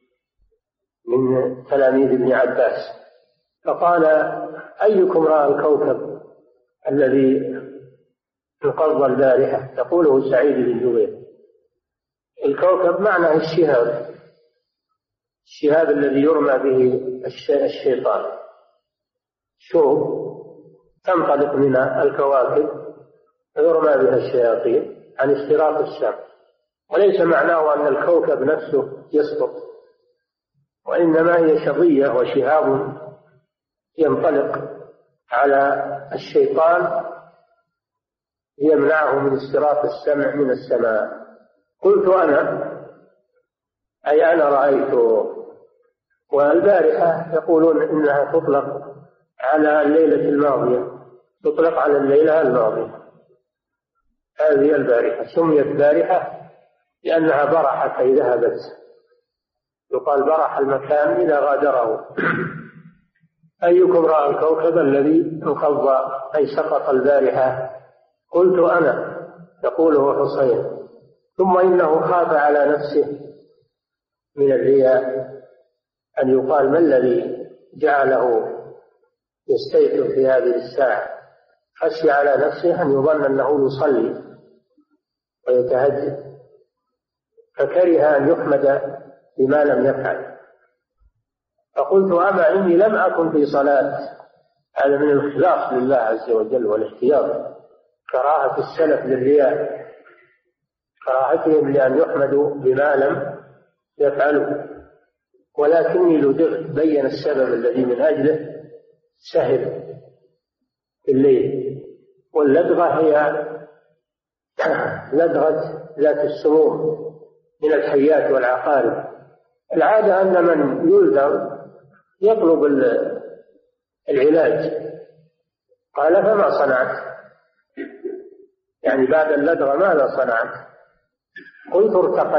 من تلاميذ ابن عباس، فقال: أيكم رأى الكوكب الذي انقض البارحة؟ يقوله سعيد بن جبير. الكوكب معناه الشهاب الذي يرمى به الشيطان، شوب تنطلق من الكواكب يرمى بها الشياطين عن استراق الشمس، وليس معناه أن الكوكب نفسه يسقط، وإنما هي شظية وشهاب ينطلق على الشيطان يمنعه من استراق السمع من السماء. قلت أنا، أي أنا رأيته. والبارحة يقولون إنها تطلق على الليلة الماضية، تطلق على الليلة الماضية. هذه البارحة سميت بارحة لأنها برحت أي ذهبت، يقال برح المكان إذا غادره. أيكم رأى الكوكب الذي انقض أي سقط البارحة؟ قلت أنا، يقوله حسين. ثم إنه خاف على نفسه من الرياء أن يقال: ما الذي جعله يستيقظ في هذه الساعة؟ خشي على نفسه أن يظن أنه يصلي ويتهجد، فكره أن يحمد بما لم يفعل. فقلت: أما إني لم أكن في صلاة. هذا من الخلاص لله عز وجل والاحتياط، كراهة السلف للرياء، كراهتهم لأن يحمدوا بما لم يفعلوا. ولكني لدغت، بين السبب الذي من أجله سهر في الليل. واللدغة هي لدغة ذات السموم من الحيات والعقارب. العادة أن من يلدغ يطلب العلاج. قال: فما صنعت؟ يعني بعد اللدغة ماذا صنعت؟ قلت: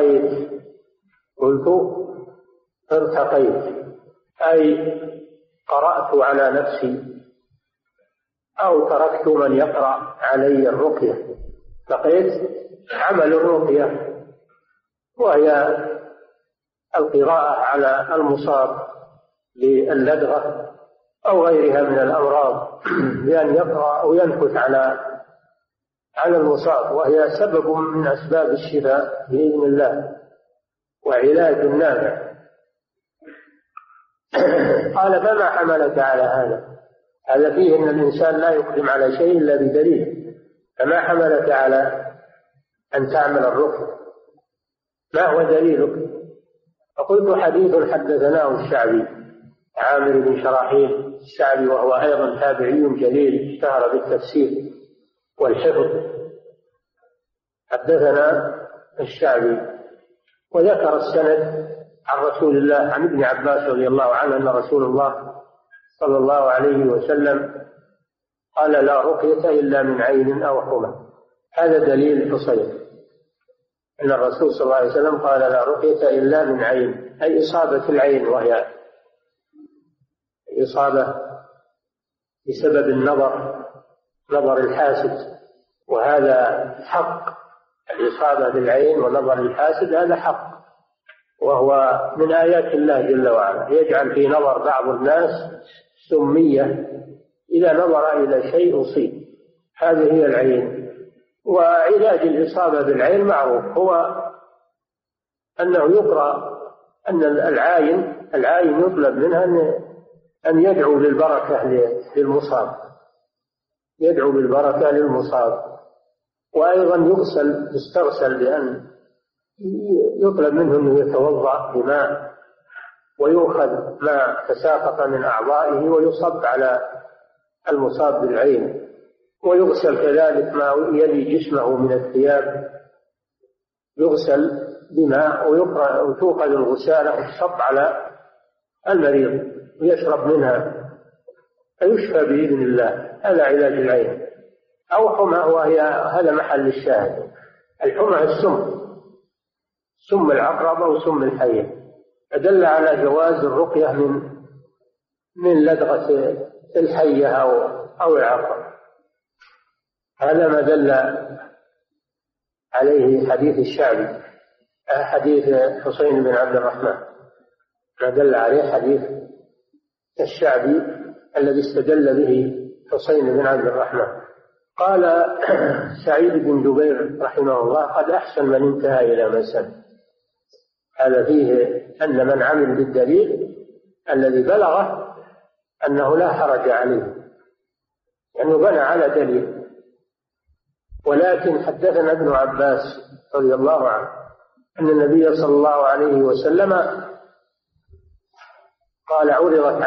ارتقيت أي قرأت على نفسي أو تركت من يقرأ علي الرقية. لقيت عمل الرقية، وهي القراءة على المصاب باللدغة أو غيرها من الأمراض، بأن يقرأ أو ينفث على المصاب، وهي سبب من أسباب الشفاء بإذن الله وعلاج نافع. قال: فما حملك على هذا؟ هذا فيه أن الإنسان لا يقدم على شيء إلا بدليل. فما حملك على أن تعمل الرقية؟ ما هو دليلك؟ فقلت: حديث حدثناه الشعبي، عامر بن شراحيل الشعبي، وهو أيضا تابعي جليل اشتهر بالتفسير والحفظ. حدثنا الشعبي وذكر السند عن رسول الله، عن ابن عباس رضي الله عنه، أن رسول الله صلى الله عليه وسلم قال: لا رقية إلا من عين أو حمى. هذا دليل حسين أن الرسول صلى الله عليه وسلم قال: لا رقية إلا من عين، أي إصابة العين، وهي إصابة بسبب نظر الحاسد، وهذا حق. الإصابة بالعين ونظر الحاسد هذا حق، وهو من آيات الله جل وعلا. يجعل في نظر بعض الناس سمية، إذا نظر إلى شيء أصيب. هذه هي العين. وعلاج الإصابة بالعين معروف، هو أنه يقرأ أن العاين يطلب منها أن يدعو بالبركة للمصاب، يدعو بالبركة للمصاب. وأيضا يسترسل بأن يطلب منه أنه يتوضأ بماء ويؤخذ ما تساقط من أعضائه ويصب على المصاب بالعين، ويغسل كذلك ما يلي جسمه من الثياب، يغسل بماء وتوقد الغسالة وتصب على المريض ويشرب منها فيشفى بإذن الله. هذا علاج العين. أو حمى، وهي هذا محل الشاهد. الحمى سم العقرب أو سم الحية، أدل على جواز الرقية من لدغة الحية أو العقرب. هذا ما دل عليه حديث الشعبي، حديث حسين بن عبد الرحمن، ما دل عليه حديث الشعبي الذي استدل به حسين بن عبد الرحمن. قال سعيد بن جبير رحمه الله: قد أحسن من انتهى إلى ما سن. هذا فيه أن من عمل بالدليل الذي بلغه أنه لا حرج عليه، لأنه بنى على دليل. ولكن حدثنا ابن عباس رضي الله عنه أن النبي صلى الله عليه وسلم قال: عرضت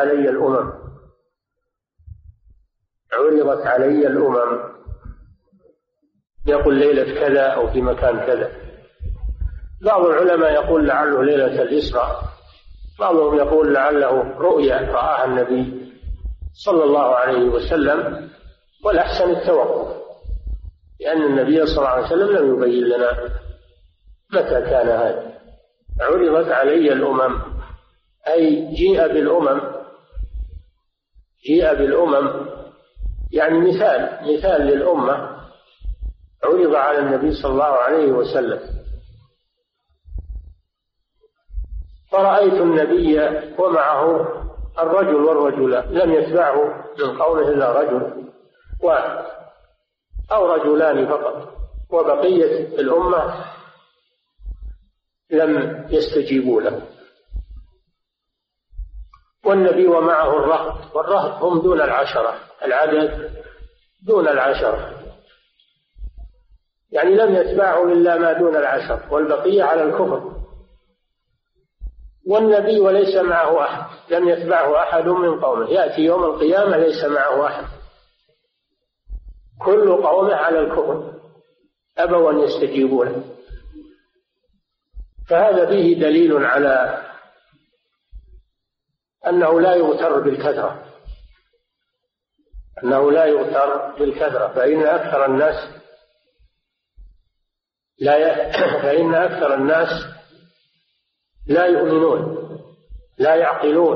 علي الأمم، يقول ليلة كذا أو في مكان كذا. بعض العلماء يقول لعله ليلة الإسراء، بعضهم يقول لعله رؤيا رآها النبي صلى الله عليه وسلم، والأحسن التوقف، لأن النبي صلى الله عليه وسلم لم يبين لنا متى كان هذا. عرضت علي الأمم أي جيء بالأمم، يعني مثال للأمة عرض على النبي صلى الله عليه وسلم. فرأيت النبي ومعه الرجل والرجلان، لم يتبعه من قوله إلا رجل واحد أو رجلان فقط، وبقية الأمة لم يستجيبوا له. والنبي ومعه الرهط، والرهط هم دون العشرة، العدد دون العشرة، يعني لم يتبعه إلا ما دون العشر، والبقية على الكفر. والنبي وليس معه أحد، لم يتبعه أحد من قومه، يأتي يوم القيامة ليس معه أحد، كل قومه على الكفر، أبوا أن يستجيبوا له. فهذا فيه دليل على أنه لا يغتر بالكثرة، فإن أكثر الناس لا يؤمنون، لا يعقلون.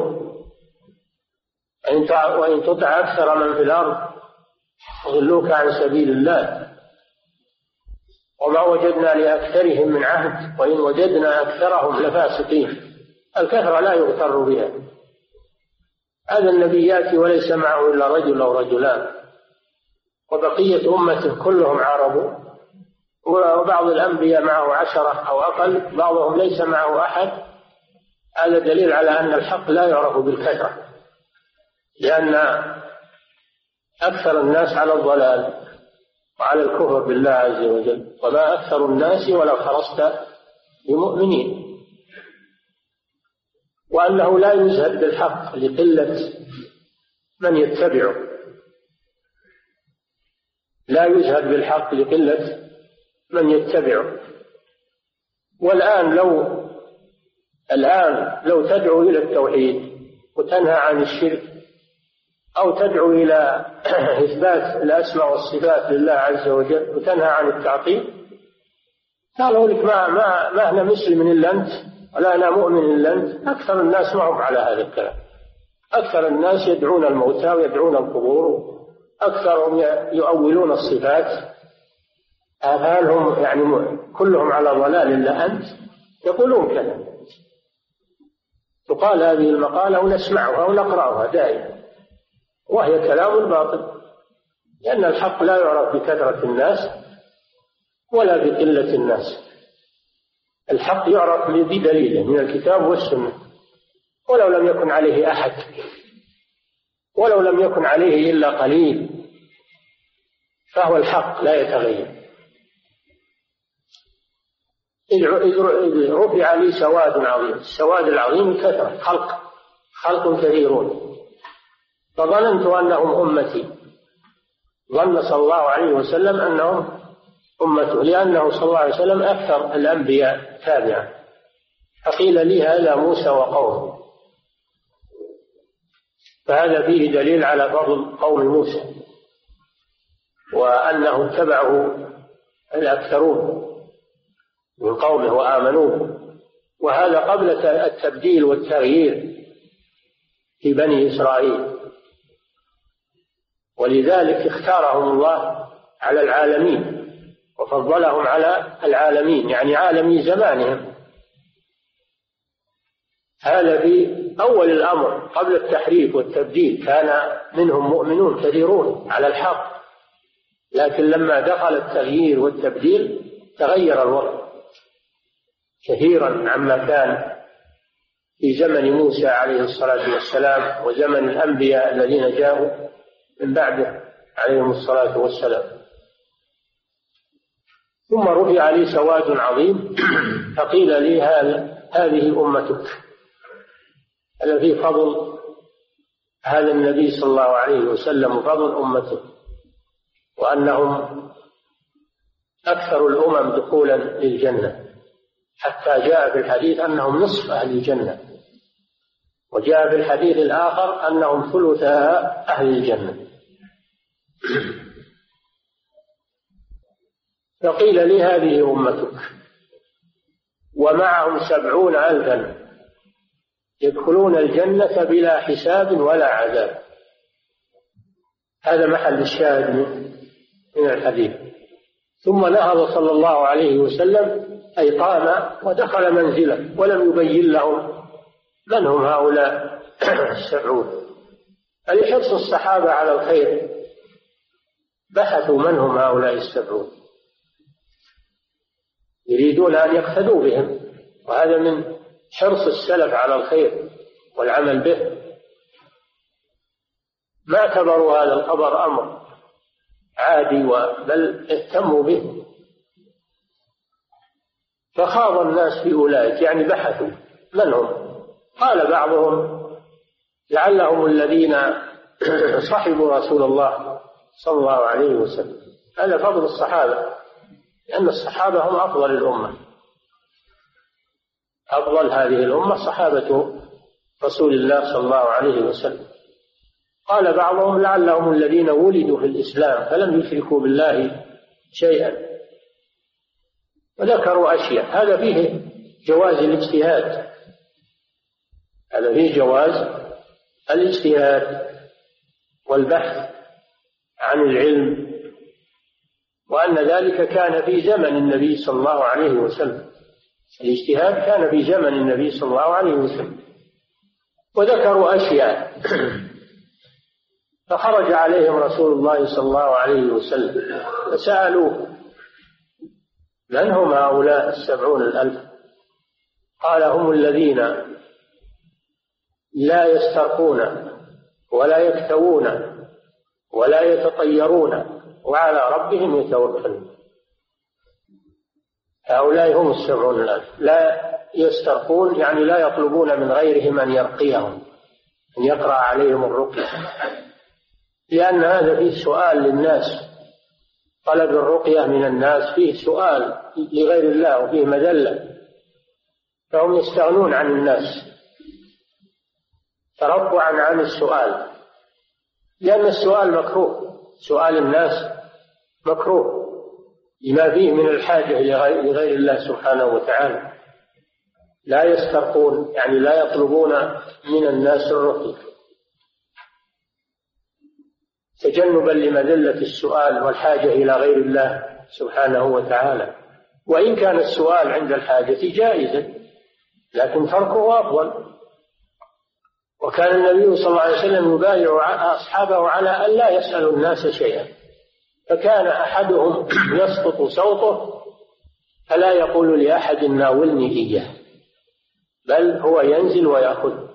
وإن تطع أكثر من في الأرض يضلوك عن سبيل الله، وما وجدنا لأكثرهم من عهد وإن وجدنا أكثرهم لفاسقين. الكثرة لا يغتر بها. هذا النبي يأتي وليس معه إلا رجل أو رجلان، وبقية أمته كلهم عربوا، وبعض الأنبياء معه 10 أو أقل، بعضهم ليس معه أحد. هذا دليل على أن الحق لا يعرف بالكثرة، لأن أكثر الناس على الضلال وعلى الكفر بالله عز وجل، وما أكثر الناس ولو حرصت بمؤمنين. وأنه لا يزهد بالحق لقلة من يتبعه، لا يزهد بالحق لقلة من يتبعه. والآن لو تدعو إلى التوحيد وتنهى عن الشرك، أو تدعو إلى إثبات الأسماء والصفات لله عز وجل وتنهى عن التعطيل، قالوا لك ما أنا مسلم إلا أنت، ولا أنا مؤمن إلا أنت. أكثر الناس معهم على هذا الكلام. أكثر الناس يدعون الموتى ويدعون القبور، أكثرهم يؤولون الصفات. هل هم يعني كلهم على ضلال إلا أنت؟ يقولون كذا. تقال هذه المقالة ونسمعها ونقرأها دائما، وهي كلام باطل، لأن الحق لا يعرف بكثرة الناس ولا بقلة الناس. الحق يعرف بدليله من الكتاب والسنة، ولو لم يكن عليه أحد، ولو لم يكن عليه إلا قليل، فهو الحق لا يتغير. إذ رفع لي سواد عظيم. السواد العظيم كثرة، خلق كثيرون، فظننت أنهم أمتي. ظن صلى الله عليه وسلم أنهم أمته، لأنه صلى الله عليه وسلم أكثر الأنبياء تابعا. فقيل لي هذا موسى وقومه، فهذا فيه دليل على فضل قوم موسى وأنه اتبعه الأكثرون من قومه وآمنوه، وهذا قبل التبديل والتغيير في بني إسرائيل، ولذلك اختارهم الله على العالمين وفضلهم على العالمين، يعني عالمي زمانهم. هذا في أول الأمر قبل التحريف والتبديل، كان منهم مؤمنون كثيرون على الحق، لكن لما دخل التغيير والتبديل تغير الوضع كثيرا عما كان في زمن موسى عليه الصلاة والسلام وزمن الأنبياء الذين جاءوا من بعده عليهم الصلاة والسلام. ثم رفع لي سواد عظيم فقيل لي هذه أمتك. هذا في فضل هذا النبي صلى الله عليه وسلم وفضل أمته، وأنهم أكثر الأمم دخولا للجنة، حتى جاء في الحديث أنهم نصف أهل الجنة، وجاء في الحديث الآخر أنهم ثلثا أهل الجنة. فقيل لي هذه أمتك ومعهم 70,000 يدخلون الجنة بلا حساب ولا عذاب. هذا محل الشاهد من الحديث. ثم نهض صلى الله عليه وسلم أي قام ودخل منزله ولم يبين لهم من هم هؤلاء 70. أي حرص الصحابة على الخير، بحثوا من هم هؤلاء 70، يريدون أن يقتدوا بهم، وهذا من حرص السلف على الخير والعمل به. ما اعتبروا هذا الخبر أمر عادي، بل اهتموا به. فخاض الناس في أولئك، يعني بحثوا من هم. قال بعضهم لعلهم الذين صحبوا رسول الله صلى الله عليه وسلم. هذا فضل الصحابة، لأن الصحابة هم أفضل الأمة، أفضل هذه الأمة صحابة رسول الله صلى الله عليه وسلم. قال بعضهم لعلهم الذين ولدوا في الإسلام فلم يشركوا بالله شيئا، وذكروا أشياء. هذا فيه جواز الاجتهاد، هذا فيه جواز الاجتهاد والبحث عن العلم، وأن ذلك كان في زمن النبي صلى الله عليه وسلم. الاجتهاد كان في زمن النبي صلى الله عليه وسلم. وذكروا أشياء فخرج عليهم رسول الله صلى الله عليه وسلم فسألوه من هم هؤلاء 70,000؟ قال هم الذين لا يسترقون ولا يكتوون ولا يتطيرون وعلى ربهم يتوكلون. هؤلاء هم 70,000. لا يسترقون يعني لا يطلبون من غيرهم أن يرقيهم، أن يقرأ عليهم الرقية، لأن هذا فيه سؤال للناس. طلب الرقية من الناس فيه سؤال لغير الله وفيه مذلة، فهم يستغنون عن الناس ترفعا عن السؤال، لأن السؤال مكروه، سؤال الناس مكروه لما فيه من الحاجة لغير الله سبحانه وتعالى. لا يسترقون يعني لا يطلبون من الناس الرقية تجنبا لمذلة السؤال والحاجة إلى غير الله سبحانه وتعالى. وإن كان السؤال عند الحاجة جائزا، لكن تركه أفضل. وكان النبي صلى الله عليه وسلم يبايع أصحابه على أن لا يسألوا الناس شيئا، فكان أحدهم يسقط صوته فلا يقول لأحد ناولني إياه، بل هو ينزل ويأخذ،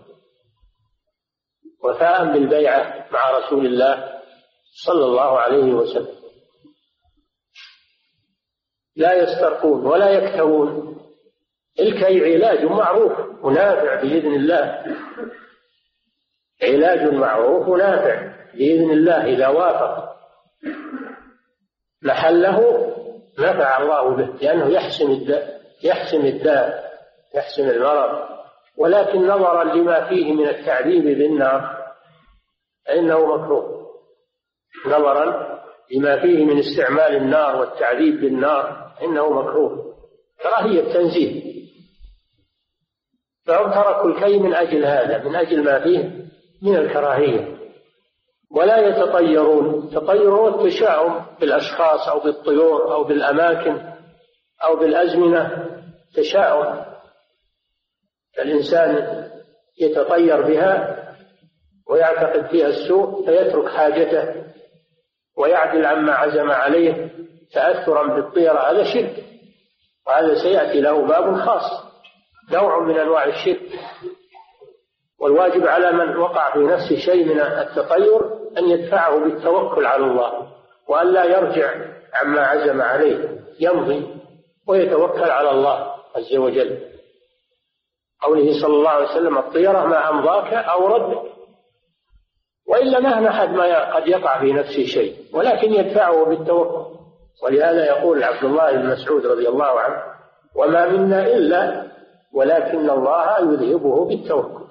وفاء بالبيعة مع رسول الله صلى الله عليه وسلم. لا يسترقون ولا يكتوون. الكي علاج معروف ونافع بإذن الله، علاج معروف ونافع بإذن الله إذا وافق محله نفع الله به، لأنه يحسم الداء يحسم المرض. ولكن نظرا لما فيه من التعذيب بالنار فإنه مكروه، نظرا لما فيه من استعمال النار والتعذيب بالنار إنه مكروه كراهية تنزيه. فهم تركوا الكي من أجل هذا، من أجل ما فيه من الكراهية. ولا يتطيرون. تطيرون التشاؤم بالأشخاص أو بالطيور أو بالأماكن أو بالأزمنة، تشاؤم الإنسان يتطير بها ويعتقد فيها السوء فيترك حاجته ويعدل عما عزم عليه تأثرا بالطيرة، هذا شرك، وهذا سيأتي له باب خاص، نوع من أنواع الشرك. والواجب على من وقع في نفسه شيء من التطير أن يدفعه بالتوكل على الله، وأن لا يرجع عما عزم عليه، يمضي ويتوكل على الله عز وجل. قوله صلى الله عليه وسلم الطيرة ما أمضاك أو ردك، وإلا مهما حد ما قد يقع في نفسه شيء، ولكن يدفعه بالتوكل. ولهذا يقول عبد الله بن مسعود رضي الله عنه وما منا إلا ولكن الله يذهبه بالتوكل.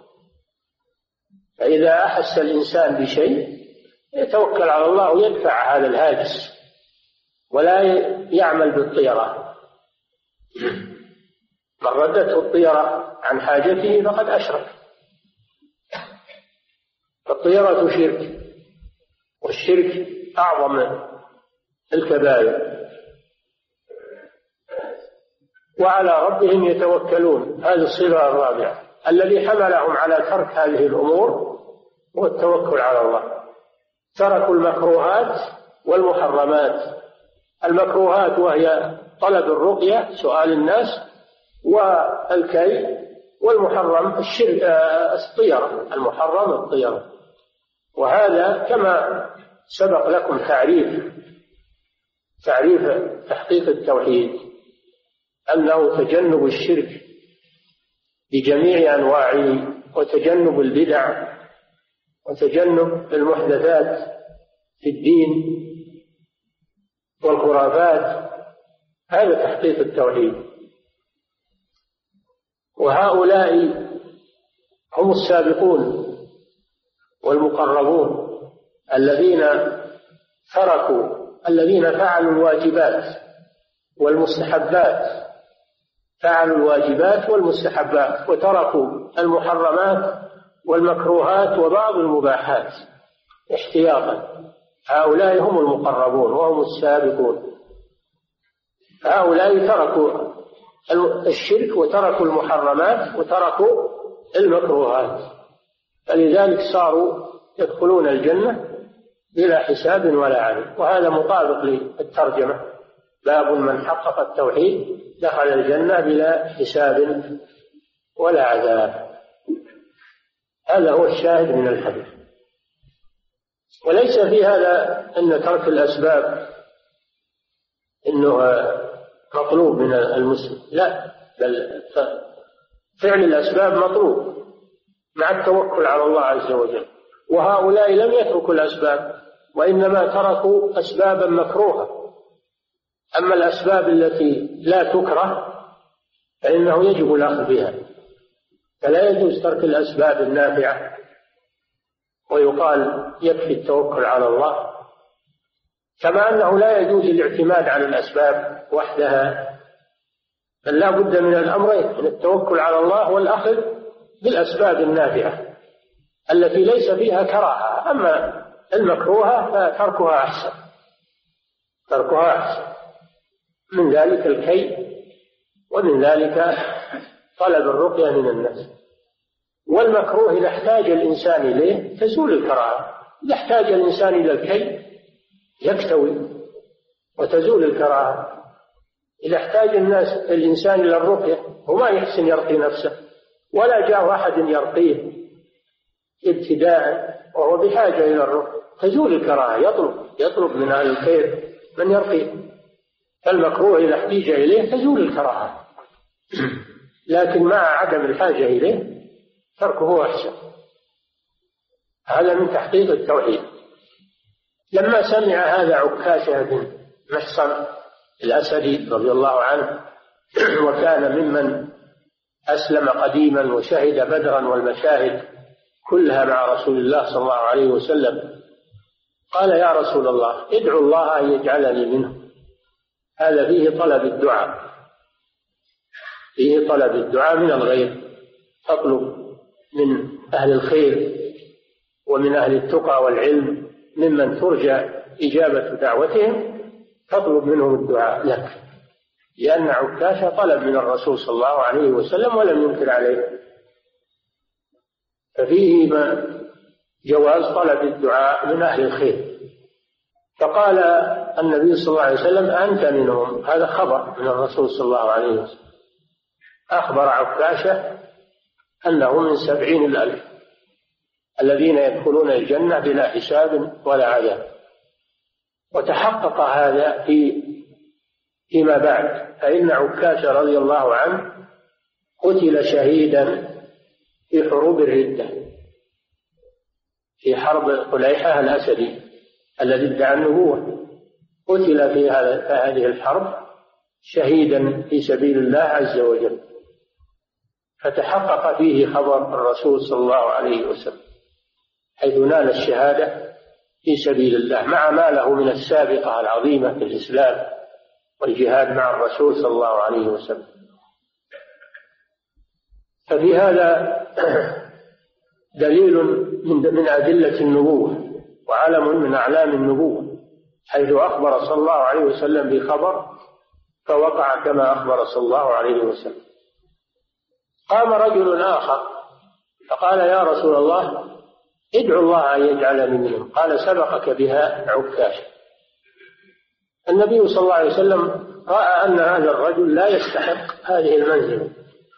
فإذا أحس الإنسان بشيء يتوكل على الله ويدفع هذا الهاجس ولا يعمل بالطيرة. من ردته الطيرة عن حاجته فقد أشرك. الطيرة شرك، والشرك أعظم الكبائر. وعلى ربهم يتوكلون، هذه الصفة الرابعة. الذي حملهم على ترك هذه الأمور هو التوكل على الله. تركوا المكروهات والمحرمات. المكروهات وهي طلب الرقية، سؤال الناس، والكي، والمحرم الشرك الطيرة، المحرم الطيرة. وهذا كما سبق لكم تعريف تحقيق التوحيد أنه تجنب الشرك بجميع أنواعه، وتجنب البدع، وتجنب المحدثات في الدين والخرافات. هذا تحقيق التوحيد. وهؤلاء هم السابقون والمقربون الذين فعلوا الواجبات والمستحبات، فعلوا الواجبات والمستحبات وتركوا المحرمات والمكروهات وبعض المباحات احتياطا. هؤلاء هم المقربون وهم السابقون. هؤلاء تركوا الشرك وتركوا المحرمات وتركوا المكروهات، فلذلك صاروا يدخلون الجنة بلا حساب ولا عذاب. وهذا مطابق للترجمة، باب من حقق التوحيد دخل الجنة بلا حساب ولا عذاب. هذا هو الشاهد من الحديث. وليس في هذا أن ترك الأسباب إنه مطلوب من المسلم، لا، بل فعل الأسباب مطلوب مع التوكل على الله عز وجل. وهؤلاء لم يتركوا الأسباب، وإنما تركوا أسبابا مكروهة. أما الأسباب التي لا تكره فإنه يجب الأخذ بها، فلا يجوز ترك الأسباب النافعة ويقال يكفي التوكل على الله، كما أنه لا يجوز الاعتماد على الأسباب وحدها، بل لا بد من الأمرين، من التوكل على الله والأخذ بالأسباب النافعة التي ليس فيها كراهة. أما المكروهة فتركها أحسن، من ذلك الكي، ومن ذلك طلب الرقية من الناس. والمكروه إذا احتاج الإنسان إليه تزول الكراهة. إذا احتاج الإنسان إلى الكي يكتوي وتزول الكراهة. إذا احتاج الإنسان إلى الرقية وما يحسن يرقي نفسه ولا جاء أحد يرقيه ابتداء وهو بحاجة إلى الرقية، تزول الكراهة، يطلب من أهل الخير من يرقيه. المكروه إذا احتيج إليه تزول الكراهة، لكن مع عدم الحاجة إليه تركه أحسن. هذا من تحقيق التوحيد. لما سمع هذا عكاشة بن محصن الأسدي رضي الله عنه، وكان ممن أسلم قديما وشهد بدرا والمشاهد كلها مع رسول الله صلى الله عليه وسلم، قال يا رسول الله ادعو الله أن يجعلني منه. هذا فيه طلب الدعاء، فيه طلب الدعاء من الغير، تطلب من أهل الخير ومن أهل التقى والعلم ممن ترجى إجابة دعوتهم، تطلب منهم الدعاء لك، لأن عكاشة طلب من الرسول صلى الله عليه وسلم ولم ينكر عليه، ففيه جواز طلب الدعاء من أهل الخير. فقال النبي صلى الله عليه وسلم أنت منهم. هذا خبر من الرسول صلى الله عليه وسلم، أخبر عكاشة أنه من 70,000 الذين يدخلون الجنة بلا حساب ولا عذاب. وتحقق هذا فيما بعد، فإن عكاشة رضي الله عنه قتل شهيدا في حروب الردة، في حرب طليحة الأسدي الذي ادعى النبوة، قتل في هذه الحرب شهيدا في سبيل الله عز وجل، فتحقق فيه خبر الرسول صلى الله عليه وسلم، حيث نال الشهادة في سبيل الله مع ما له من السابقة العظيمة في الإسلام والجهاد مع الرسول صلى الله عليه وسلم. ففي هذا دليل من أدلة النبوة وعلم من أعلام النبوة، حيث أخبر صلى الله عليه وسلم بخبر فوقع كما أخبر صلى الله عليه وسلم. قام رجل آخر فقال يا رسول الله ادعو الله أن يجعلني منهم. قال سبقك بها عكاشة. النبي صلى الله عليه وسلم رأى أن هذا الرجل لا يستحق هذه المنزلة،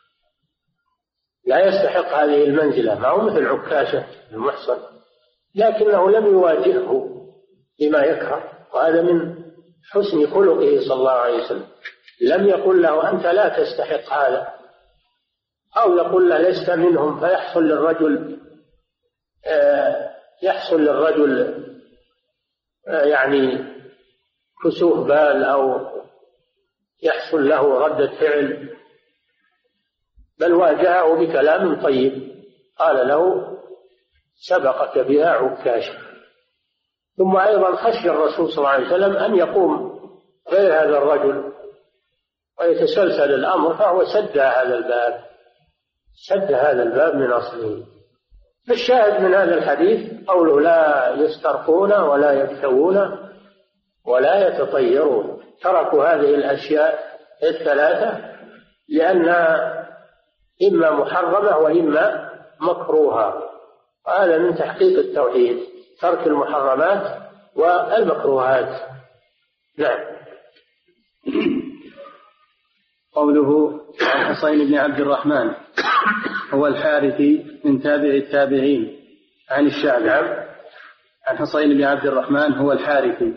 لا يستحق هذه المنزلة، ما هو مثل عكاشة المحصن، لكنه لم يواجهه بما يكره، وهذا من حسن خلقه صلى الله عليه وسلم. لم يقل له أنت لا تستحق هذا، أو يقول له لست منهم، فيحصل للرجل يعني كسوف بال أو يحصل له ردة فعل، بل واجهه بكلام طيب، قال له سبقك بها عكاشة. ثم أيضا خشي الرسول صلى الله عليه وسلم أن يقوم غير هذا الرجل ويتسلسل الأمر، فهو سد هذا الباب من أصله. فالشاهد من هذا الحديث قوله لا يسترقون ولا يكتوون ولا يتطيرون، تركوا هذه الأشياء الثلاثة لأنها إما محرمة وإما مكروهة، وهذا من تحقيق التوحيد، ترك المحرمات والمكروهات. نعم. قوله عن حصين بن عبد الرحمن هو الحارثي من تابع التابعين عن الشعبي. نعم. عن حصين بن عبد الرحمن هو الحارثي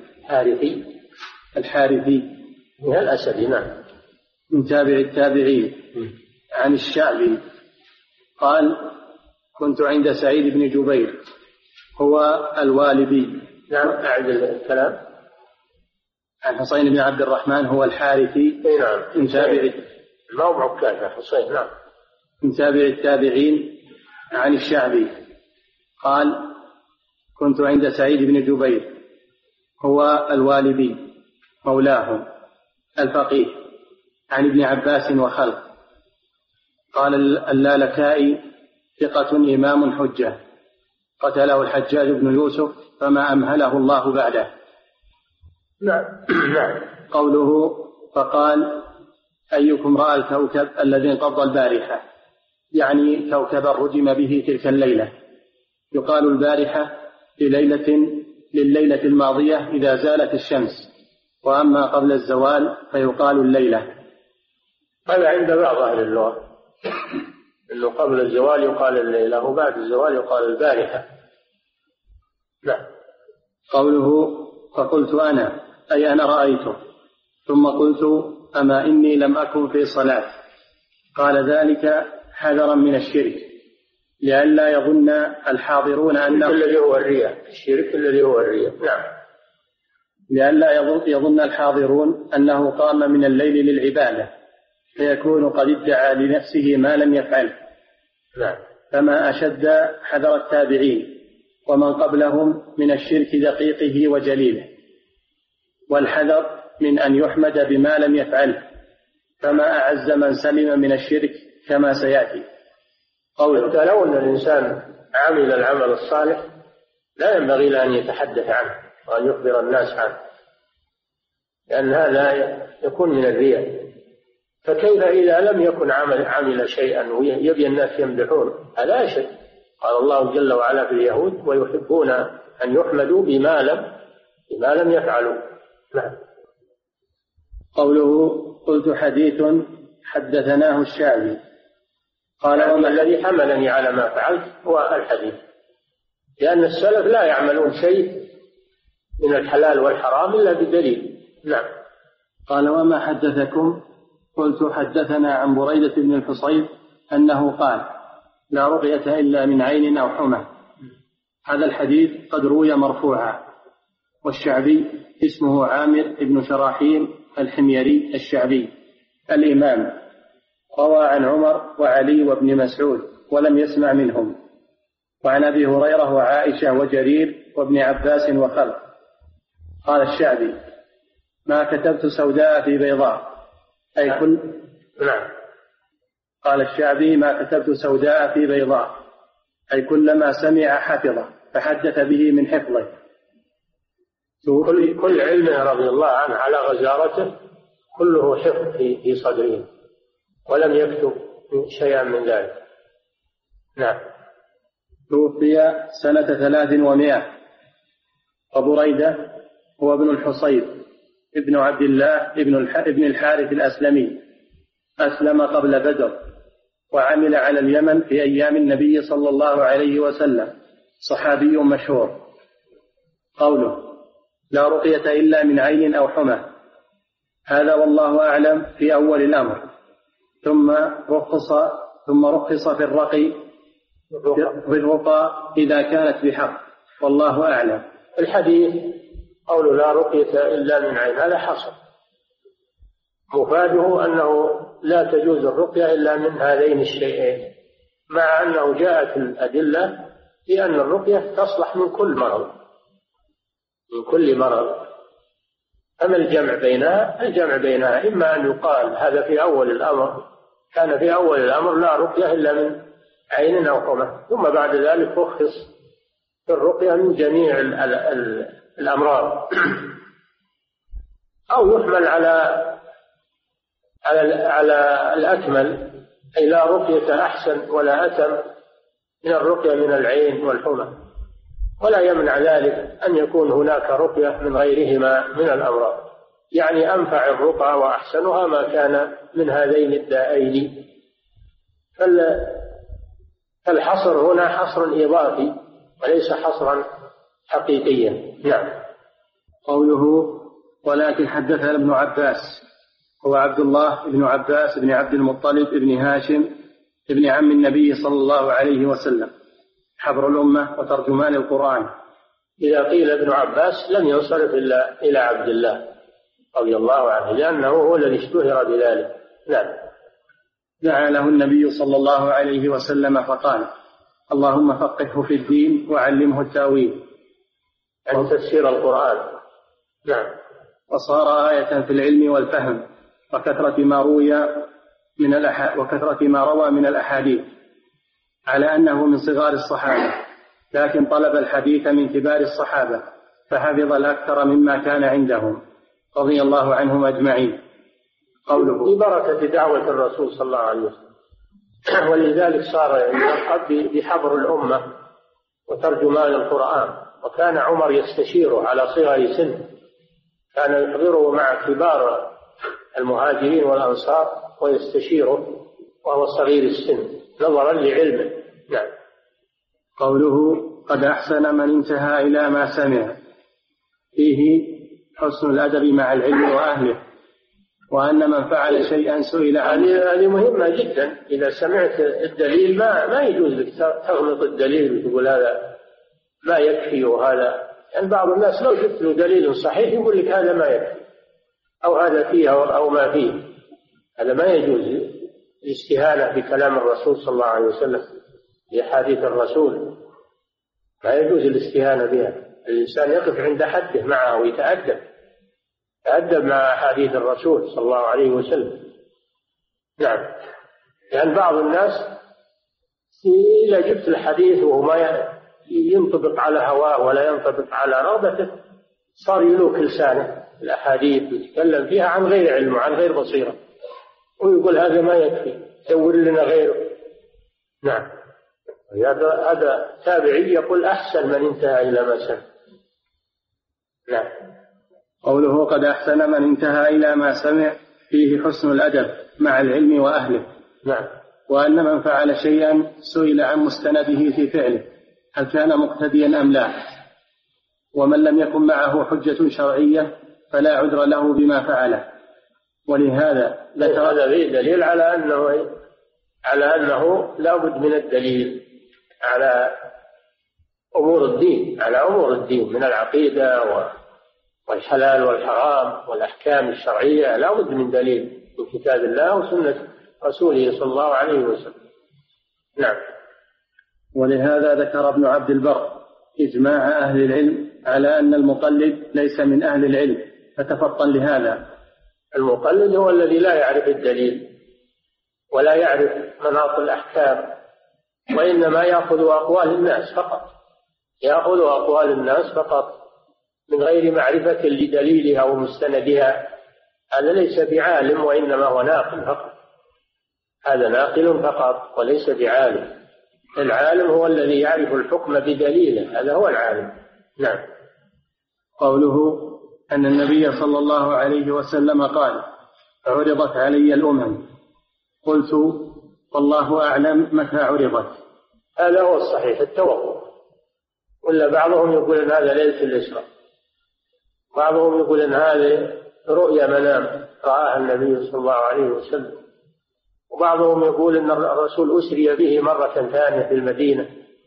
من الأسد. نعم. من تابع التابعين عن الشعبي قال كنت عند سعيد بن جبير هو الوالبي. نعم. أعد الكلام. عن حصين بن عبد الرحمن هو الحارثي. نعم. من تابع ما هو عكاشة حصين. نعم. من تابع التابعين عن الشعبي قال كنت عند سعيد بن جبير هو الوالبي مولاهم الفقيه عن ابن عباس وخلق. قال اللالكائي ثقة إمام حجة قتله الحجاج بن يوسف فما أمهله الله بعده. نعم. قوله فقال أيكم رأى الكوكب الذي انقض البارحة، يعني كوكبا رجم به تلك الليلة. يقال البارحة لليلة الماضية إذا زالت الشمس، وأما قبل الزوال فيقال الليلة. هذا عند بعض أهل اللغة، إنه قبل الزوال يقال الليلة وبعد الزوال يقال البارحة. نعم. قوله فقلت أنا أي أنا رأيته، ثم قلت أما إني لم أكن في صلاة، قال ذلك حذرا من الشرك لئلا يظن الحاضرون أنه الذي هو الرياء، الشرك الذي هو الرياء. نعم. لئلا يظن الحاضرون أنه قام من الليل للعبادة فيكون قد ادعى لنفسه ما لم يفعل. نعم. فما أشد حذر التابعين ومن قبلهم من الشرك دقيقه وجليله، والحذر من أن يحمد بما لم يفعله، فما أعز من سلم من الشرك كما سيأتي. قوله لو أن الإنسان عمل العمل الصالح لا ينبغي له أن يتحدث عنه وأن يخبر الناس عنه، لأن هذا يكون من الرياء. فكيف إذا لم يكن عمل شيئا ويبي الناس يمدحون؟ هذا أشد. قال الله جل وعلا في اليهود ويحبون أن يحمدوا بما لم يفعلوا. نعم. قوله قلت حديث حدثناه الشعبي، قال وما الذي حملني على ما فعلت هو الحديث، لأن السلف لا يعملون شيء من الحلال والحرام إلا بدليل. نعم. قال وما حدثكم؟ قلت حدثنا عن بريدة بن الحصيب أنه قال لا رقية إلا من عين أو حمى. هذا الحديث قد روي مرفوعا، والشعبي اسمه عامر بن شراحيل الحميري الشعبي الإمام، روى عن عمر وعلي وابن مسعود ولم يسمع منهم، وعن أبي هريرة وعائشة وجرير وابن عباس وخلق. قال الشعبي ما كتبت سوداء في بيضاء أي كل. نعم. قال الشعبي ما كتبت سوداء في بيضاء أي كلما سمع حفظه فحدث به من حفظه. كل علمه رضي الله عنه على غزارته كله حفظ في صدره ولم يكتب شيئا من ذلك. نعم. توفي سنة 300. وبريدة هو ابن الحصيب ابن عبد الله ابن الحارث الأسلمي، أسلم قبل بدر وعمل على اليمن في أيام النبي صلى الله عليه وسلم، صحابي مشهور. قوله لا رقية إلا من عين أو حمى، هذا والله أعلم في أول الأمر، ثم رخص في الرقى إذا كانت بحق، والله أعلم. الحديث قول لا رقية إلا من عين هذا حصر، مفاده أنه لا تجوز الرقية إلا من هذين الشيئين، مع أنه جاءت الأدلة في أن الرقية تصلح من كل مرض، من كل مرض. أما الجمع بينها إما أن يقال هذا في أول الأمر، كان في أول الأمر لا رقية إلا من عين أو حمى، ثم بعد ذلك رخص في الرقية من جميع الأمراض، أو يحمل على الأكمل، أي لا رقية أحسن ولا أتم من الرقية من العين والحمى، ولا يمنع ذلك أن يكون هناك رقية من غيرهما من الأمراض، يعني أنفع الرقى وأحسنها ما كان من هذين الدائين. فالحصر هنا حصر إضافي وليس حصرا حقيقيا. نعم. قوله ولكن حدثنا ابن عباس، هو عبد الله بن عباس بن عبد المطلب بن هاشم ابن عم النبي صلى الله عليه وسلم، حبر الأمة وترجمان القرآن. إذا قيل ابن عباس لم ينصرف إلا إلى عبد الله رضي الله عنه، لأنه هو الذي اشتهر بذلك. نعم. دعا له النبي صلى الله عليه وسلم فقال اللهم فقهه في الدين وعلمه التأويل، عن تفسير القرآن. نعم. وصار آية في العلم والفهم وكثرة ما روى من الأحاديث، على أنه من صغار الصحابة، لكن طلب الحديث من كبار الصحابة فحفظ الأكثر مما كان عندهم رضي الله عنهم أجمعين. قوله ببركة دعوة الرسول صلى الله عليه وسلم، ولذلك صار يلقب بحبر الأمة وترجمان القرآن. وكان عمر يستشيره على صغر سن، كان يحضره مع كبار المهاجرين والأنصار ويستشيره وهو صغير السن نظرا لعلمه. نعم. قوله قد أحسن من انتهى إلى ما سمع، فيه حسن الأدب مع العلم وأهله، وأن من فعل شيئا سئل عنه. هذه مهمة جدا. إذا سمعت الدليل ما يجوز لك تغلط الدليل وتقول هذا ما يكفي وهذا، يعني بعض الناس لو جبت له دليل صحيح يقول لك هذا ما يكفي أو هذا فيه أو ما فيه. هذا ما يجوز. الاستهانة بكلام الرسول صلى الله عليه وسلم، بأحاديث الرسول، ما يجوز الاستهانة بها. الإنسان يقف عند حده معه ويتأدب مع أحاديث الرسول صلى الله عليه وسلم. نعم. لأن بعض الناس إذا جبت الحديث وهو ما ينطبق على هواه ولا ينطبق على رغبته صار يلوك لسانه الأحاديث ويتكلم فيها عن غير علم وعن غير بصيرة، ويقول هذا ما يكفي، دور لنا غيره. نعم. هذا تابعي يقول أحسن من انتهى إلى ما سمع. نعم. قوله قد أحسن من انتهى إلى ما سمع، فيه حسن الأدب مع العلم وأهله. نعم. وأن من فعل شيئا سئل عن مستنده في فعله هل كان مقتديا أم لا، ومن لم يكن معه حجة شرعية فلا عذر له بما فعله. ولهذا هذا دليل على أنه لا بد من الدليل على أمور الدين من العقيدة والحلال والحرام والأحكام الشرعية، لا بد من دليل من كتاب الله وسنة رسوله صلى الله عليه وسلم. نعم. ولهذا ذكر ابن عبد البر إجماع أهل العلم على أن المقلد ليس من أهل العلم، فتفطن لهذا. المقلد هو الذي لا يعرف الدليل ولا يعرف مناط الأحكام، وإنما يأخذ أقوال الناس فقط من غير معرفة لدليلها ومستندها. هذا ليس بعالم وإنما هو ناقل فقط. هذا ناقل فقط وليس بعالم. العالم هو الذي يعرف الحكم بدليله، هذا هو العالم. نعم. قوله أن النبي صلى الله عليه وسلم قال عرضت علي الأمم، قلت والله أعلم متى عرضت. هذا هو الصحيح التوقف. ولا بعضهم يقول أن هذا ليلة الإسراء، بعضهم يقول أن هذه رؤيا منام رآها النبي صلى الله عليه وسلم، وبعضهم يقول أن الرسول أسري به مرة ثانية في المدينة.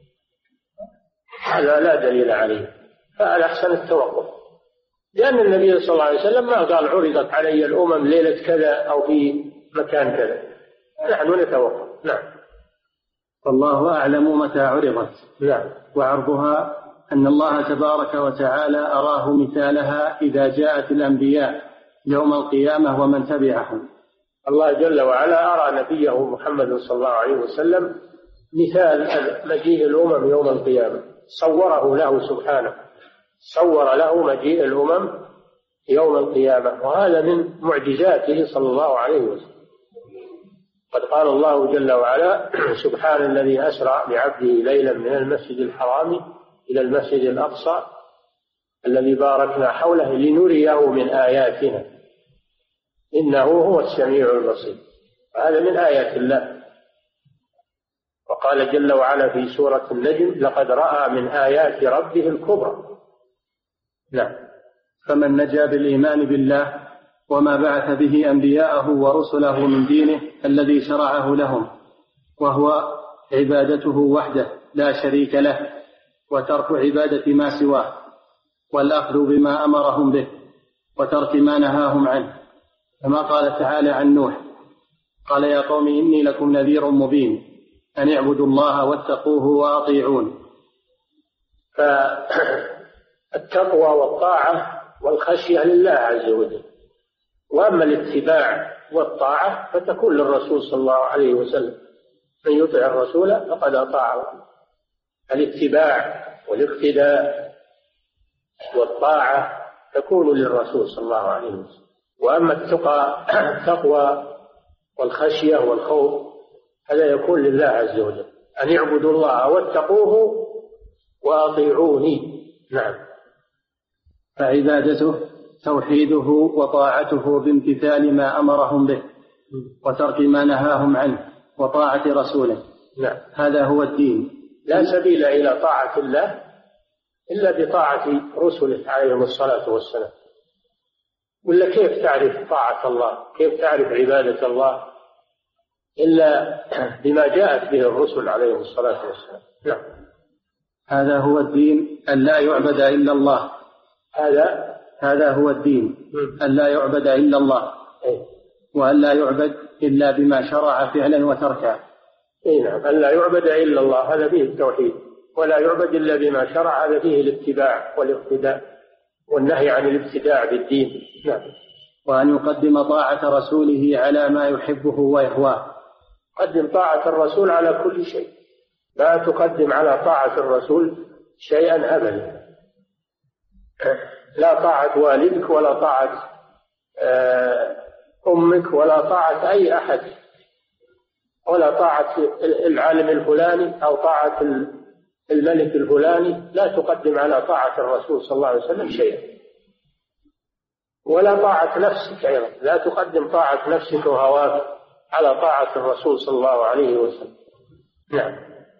هذا لا دليل عليه، فالأحسن التوقف، لأن النبي صلى الله عليه وسلم ما قال عرضت علي الأمم ليلة كذا أو في مكان كذا. نحن نتوقف. نعم. والله أعلم متى عرضت. نعم. وعرضها أن الله تبارك وتعالى أراه مثالها إذا جاءت الأنبياء يوم القيامة ومن تبعهم. الله جل وعلا أرى نبيه محمد صلى الله عليه وسلم مثال مجيء الأمم يوم القيامة، صوره له سبحانه، صور له مجيء الأمم يوم القيامة، وهذا من معجزاته صلى الله عليه وسلم. قد قال الله جل وعلا سبحان الذي أسرى بعبده ليلا من المسجد الحرام إلى المسجد الأقصى الذي باركنا حوله لنريه من آياتنا إنه هو السميع البصير. هذا من آيات الله. وقال جل وعلا في سورة النجم لقد رأى من آيات ربه الكبرى. نعم. فمن نجا بالإيمان بالله وما بعث به أنبياءه ورسله من دينه الذي شرعه لهم، وهو عبادته وحده لا شريك له، وترك عبادة ما سواه، والأخذ بما أمرهم به وترك ما نهاهم عنه، كما قال تعالى عن نوح قال يا قوم إني لكم نذير مبين أن اعبدوا الله واتقوه وأطيعون. فالتقوى والطاعة والخشية لله عز وجل، وأما الاتباع والطاعة فتكون للرسول صلى الله عليه وسلم، من يطع الرسول فقد أطاعه. الاتباع والاقتداء والطاعة تكون للرسول صلى الله عليه وسلم. وأما التقوى والخشية والخوف هذا يكون لله عز وجل، أن يعبدوا الله واتقوه وأطيعوني. نعم. فعبادته توحيده وطاعته بامتثال ما أمرهم به وترك ما نهاهم عنه وطاعة رسوله. نعم. هذا هو الدين. لا سبيل إلى طاعة الله إلا بطاعة رسله عليهم الصلاة والسلام. ولا كيف تعرف طاعة الله، كيف تعرف عبادة الله إلا بما جاءت به الرسل عليهم الصلاة والسلام. نعم. هذا هو الدين أن لا يعبد إلا الله. هذا هو الدين أن لا يعبد إلا الله وأن لا يعبد إلا بما شرع فعلا وتركا. نعم. أن لا يعبد إلا الله هذا فيه التوحيد، ولا يعبد إلا بما شرع هذا فيه الاتباع والاقتداء والنهي عن الابتداع بالدين. نعم. وأن يقدم طاعة رسوله على ما يحبه ويهواه. قدم طاعة الرسول على كل شيء، لا تقدم على طاعة الرسول شيئا أبدا. لا طاعة والدك ولا طاعة أمك ولا طاعة أي أحد، ولا طاعة العالم الفلاني أو طاعة الملك الفلاني. لا تقدم على طاعة الرسول صلى الله عليه وسلم شيئا، ولا طاعة نفسك أيضا. لا تقدم طاعة نفسك وهواك على طاعة الرسول صلى الله عليه وسلم. نعم.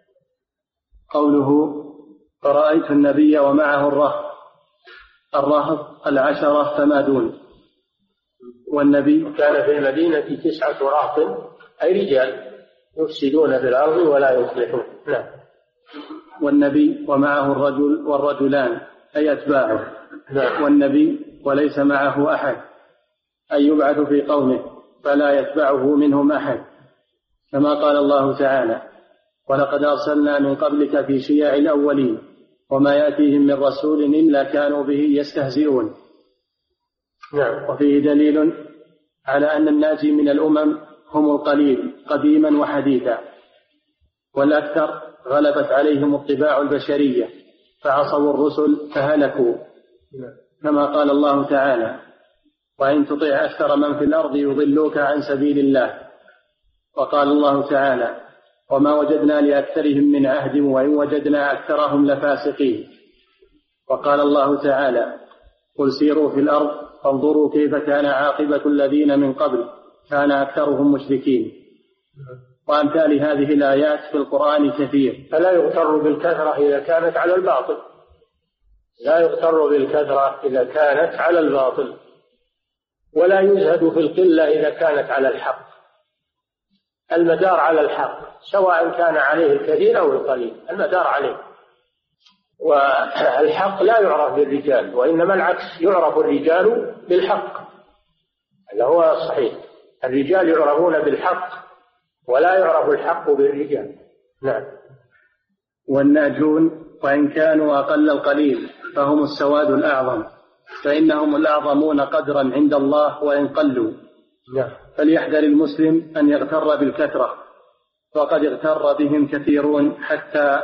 قوله فرأيت النبي ومعه الرهط 10 فما دون. والنبي كان في المدينة 9 رهط أي رجال يفسدون في الأرض ولا يصلحون. نعم. والنبي ومعه الرجل والرجلان أي أتباعه. نعم. والنبي وليس معه أحد أي يبعث في قومه فلا يتبعه منهم أحد، كما قال الله تعالى ولقد أرسلنا من قبلك في شيع الأولين وما يأتيهم من رسول إلا كانوا به يستهزئون. نعم. وفيه دليل على أن الناجي من الأمم هم القليل قديما وحديثا، والأكثر غلبت عليهم الطباع البشرية فعصوا الرسل فهلكوا، كما قال الله تعالى وإن تطع أكثر من في الأرض يضلوك عن سبيل الله. وقال الله تعالى وما وجدنا لأكثرهم من عهد وإن وجدنا أكثرهم لفاسقين. وقال الله تعالى قل سيروا في الأرض فانظروا كيف كان عاقبة الذين من قبل كان أكثرهم مشركين. وأمثال هذه الآيات في القرآن كثير. فلا يغتر بالكثرة إذا كانت على الباطل، لا يغتر بالكثرة إذا كانت على الباطل، ولا يزهد في القلة إذا كانت على الحق. المدار على الحق سواء كان عليه الكثير أو القليل، المدار عليه. والحق لا يعرف بالرجال، وإنما العكس، يعرف الرجال بالحق. هذا هو الصحيح، الرجال يعرفون بالحق ولا يعرف الحق بالرجال. نعم. والناجون وإن كانوا أقل القليل فهم السواد الأعظم، فإنهم الأعظمون قدرا عند الله وإن قلوا. نعم. فليحذر المسلم أن يغتر بالكثرة، وقد اغتر بهم كثيرون حتى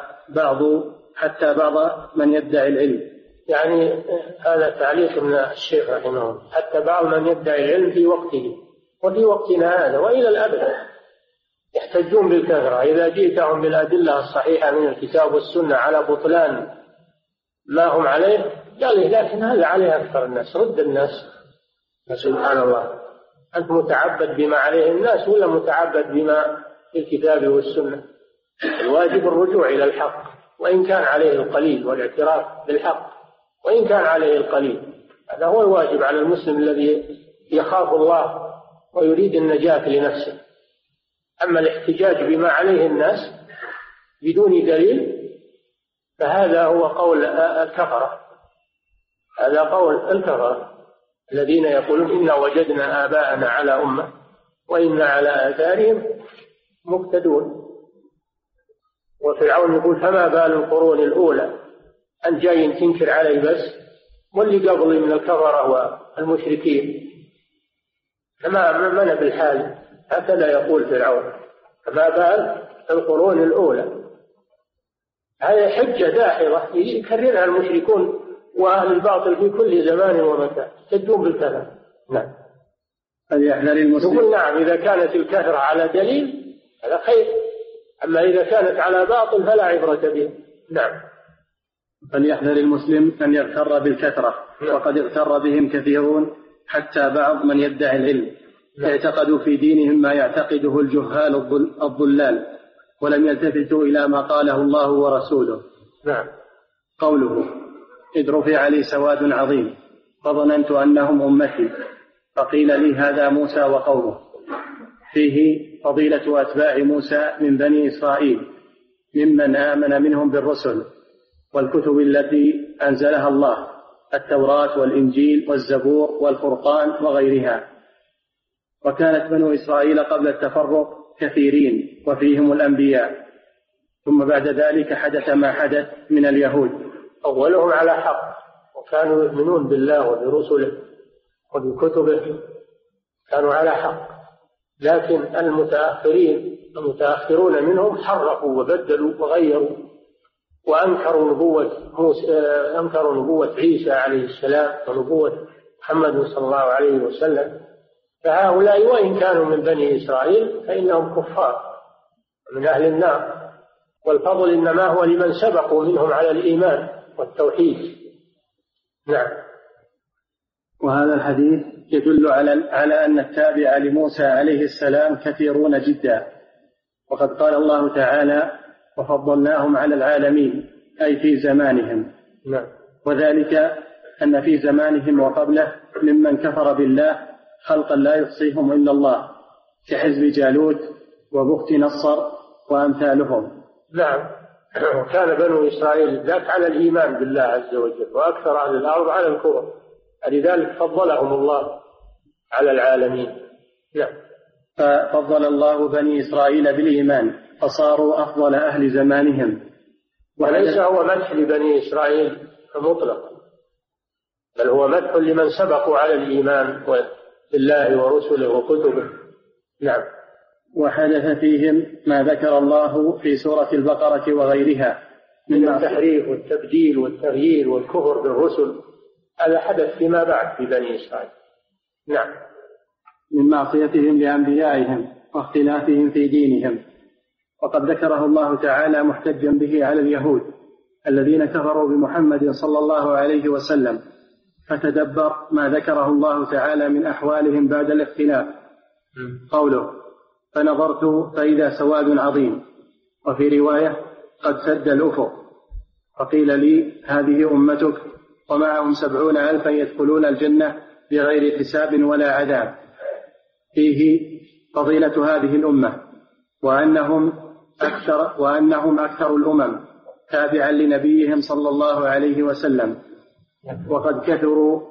بعض من يدعي العلم. يعني هذا تعليق من الشيخ رحمه الله، حتى بعض من يدعي العلم في وقته وفي وقتنا هذا وإلى الأبد يحتجون بالكثرة. إذا جئتهم بالأدلة الصحيحة من الكتاب والسنة على بطلان ما هم عليه قال لكن هذا عليه أكثر الناس، رد الناس. سبحان الله، أنت متعبد بما عليه الناس ولا متعبد بما في الكتاب والسنة؟ الواجب الرجوع إلى الحق وإن كان عليه القليل، والاعتراف بالحق وإن كان عليه القليل. هذا هو الواجب على المسلم الذي يخاف الله ويريد النجاة لنفسه. أما الاحتجاج بما عليه الناس بدون دليل فهذا هو قول الكفرة، هذا قول الكفرة الذين يقولون إنا وجدنا آباءنا على أمة وإنا على آثارهم مقتدون. وفرعون يقول فما بال القرون الأولى، أن جاي تنكر علي بس، واللي قبلي من الكفرة والمشركين فما من بالحال. هكذا يقول فرعون فما بال القرون الأولى. هذه حجة داحضة يكررها المشركون وأهل الباطل في كل زمان ومكان، يحتجون بالكثرة. نعم. فليحذر المسلم. نقول نعم إذا كانت الكثرة على دليل هذا خير، أما إذا كانت على باطل فلا عبرة به. نعم. فليحذر المسلم أن يغتر بالكثرة، وقد اغتر بهم كثيرون حتى بعض من يدعي العلم اعتقدوا في دينهم ما يعتقده الجهال الضلال، ولم يلتفتوا إلى ما قاله الله ورسوله. نعم. قوله: إذ رفع لي سواد عظيم فظننت أنهم أمتي فقيل لي هذا موسى وقومه. فيه فضيلة أتباع موسى من بني إسرائيل ممن آمن منهم بالرسل والكتب التي أنزلها الله، التوراة والإنجيل والزبور والفرقان وغيرها. وكانت بنو إسرائيل قبل التفرق كثيرين وفيهم الأنبياء، ثم بعد ذلك حدث ما حدث من اليهود. أولهم على حق وكانوا يؤمنون بالله وبرسله وبكتبه، كانوا على حق، لكن المتأخرون منهم حرفوا وبدلوا وغيروا وأنكروا نبوة عيسى عليه السلام ونبوة محمد صلى الله عليه وسلم. فهؤلاء وإن كانوا من بني إسرائيل فإنهم كفار من أهل النار، والفضل إنما هو لمن سبقوا منهم على الإيمان والتوحيد. نعم. وهذا الحديث يدل على أن التابع لموسى عليه السلام كثيرون جدا، وقد قال الله تعالى: وفضلناهم على العالمين، أي في زمانهم. نعم. وذلك أن في زمانهم وقبله ممن كفر بالله خلقا لا يحصيهم إلا الله، كحزب جالوت وبخت نصر وأمثالهم. نعم. وكان بنو إسرائيل ذاك على الإيمان بالله عز وجل، وأكثر أهل الأرض على الكفر، لذلك فضلهم الله على العالمين. نعم. ففضل الله بني إسرائيل بالإيمان فصاروا أفضل أهل زمانهم. وليس هو مدح لبني إسرائيل مطلقا، بل هو مدح لمن سبقوا على الإيمان بالله ورسله وكتبه. نعم. وحدث فيهم ما ذكر الله في سورة البقرة وغيرها من التحريف والتبديل والتغيير والكفر بالرسل، هذا حدث فيما بعد في بني إسرائيل. نعم. من معصيتهم لأنبيائهم واختلافهم في دينهم، وقد ذكره الله تعالى محتجا به على اليهود الذين كفروا بمحمد صلى الله عليه وسلم. فتدبر ما ذكره الله تعالى من أحوالهم بعد الاختلاف. قوله: فنظرت فإذا سواد عظيم، وفي رواية قد سد الأفق، فقيل لي هذه أمتك ومعهم 70,000 يدخلون الجنة بغير حساب ولا عذاب. فيه فضيلة هذه الأمة وأنهم أكثر الأمم تابعا لنبيهم صلى الله عليه وسلم، وقد كثروا.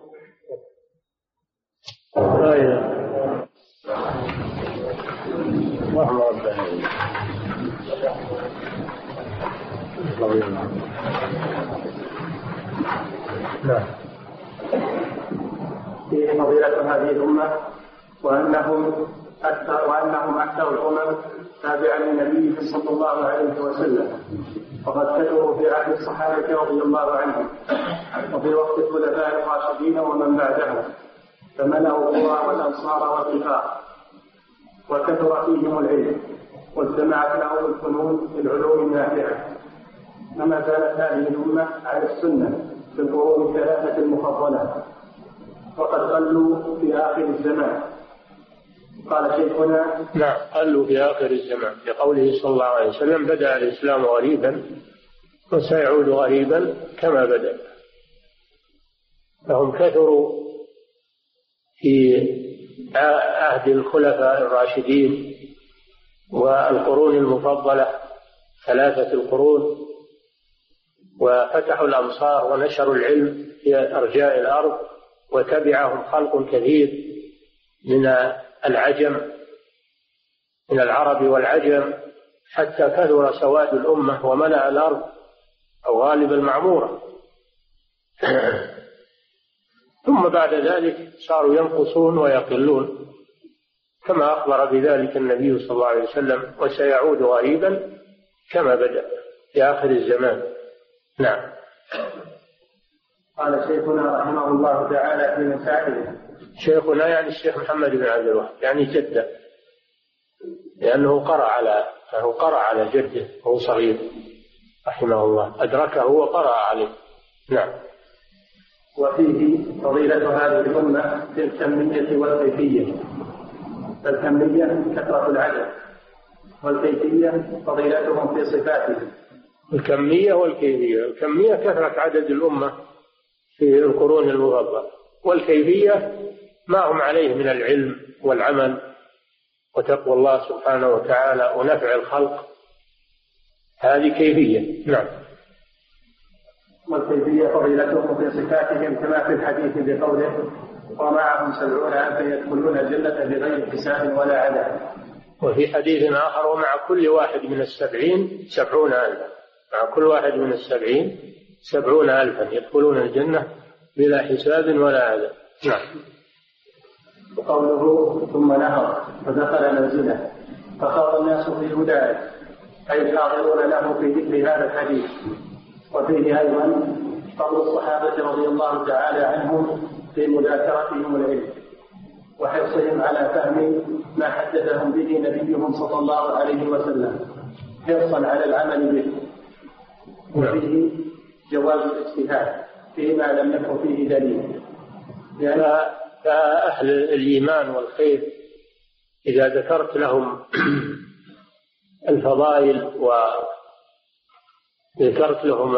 فيه فضيلة هذه الأمة وأنهم أكثر الأمم تابعا لنبيهم صلى الله عليه وسلم، وقد كثروا في عهد الصحابة رضي الله عنهم وفي وقت الخلفاء الراشدين ومن بعدهم، فملأوا القرى والأمصار والرفاق، وكثر فيهم العلم واجتمعت لهم الفنون في العلوم النافعة. كما كانت هذه الأمة على السنة في القرون الثلاثة المفضلة، وقد قلوا في آخر الزمان. قال شيخنا: نعم، قلوا في آخر الزمان، لقوله صلى الله عليه وسلم: بدأ الإسلام غريبا وسيعود غريبا كما بدأ. فهم كثروا في عهد الخلفاء الراشدين والقرون المفضلة، 3 القرون، وفتحوا الأمصار ونشروا العلم في أرجاء الأرض، وتبعهم خلق كثير من العجم، من العرب والعجم، حتى كثر سواد الأمة وملأ الأرض أو غالب المعمورة. ثم بعد ذلك صاروا ينقصون ويقلون، كما أخبر بذلك النبي صلى الله عليه وسلم: وسيعود غريبا كما بدأ في آخر الزمان. نعم. قال شيخنا رحمه الله تعالى في مسائله. شيخنا يعني الشيخ محمد بن عبد الوهاب، يعني جده، لأنه قرأ على جده وهو صغير. رحمه الله أدركه وقرأ عليه. نعم. وفيه فضيلة هذه الأمة في الكمية والكيفية. الكمية كثرة العدد، والكيفية فضيلتهم في صفاتهم. الكمية والكيفية، الكمية كثرة عدد الأمة في القرون المفضلة، والكيفية ما هم عليه من العلم والعمل وتقوى الله سبحانه وتعالى ونفع الخلق، هذه كيفية. نعم. والكيفية فضيلتهم في صفاتهم كما في الحديث بقوله ومعهم 70,000 يدخلون الجنة بغير حساب ولا عذاب. وفي حديث آخر ومع كل واحد من 70,000 مع كل واحد من 70,000 يدخلون الجنة بلا حساب ولا عذاب. نعم. وقوله ثم نهض فدخل منزله فخاض الناس في هداه، أي الحاضرون له في ذكر هذا الحديث. وفيه أيضا فضل الصحابة رضي الله تعالى عنهم في مذاكرتهم العلم وحرصهم على فهم ما حدثهم به نبيهم صلى الله عليه وسلم حرصا على العمل به. وفيه جواز الاجتهاد فيما لم يكن فيه دليل، فأهل الإيمان والخير إذا ذكرت لهم الفضائل وذكرت لهم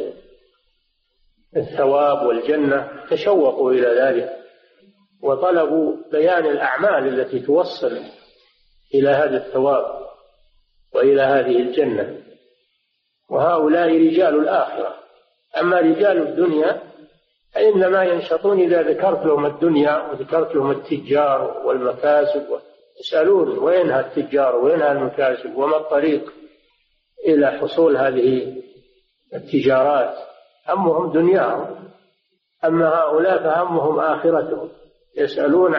الثواب والجنة تشوقوا إلى ذلك وطلبوا بيان الأعمال التي توصل إلى هذا الثواب وإلى هذه الجنة. وهؤلاء رجال الآخرة. أما رجال الدنيا فإنما ينشطون إذا ذكرت لهم الدنيا وذكرت لهم التجار والمكاسب، يسألون وينها التجار وينها المكاسب وما الطريق إلى حصول هذه التجارات. همهم دنياهم. أما هؤلاء فهمهم آخرتهم، يسألون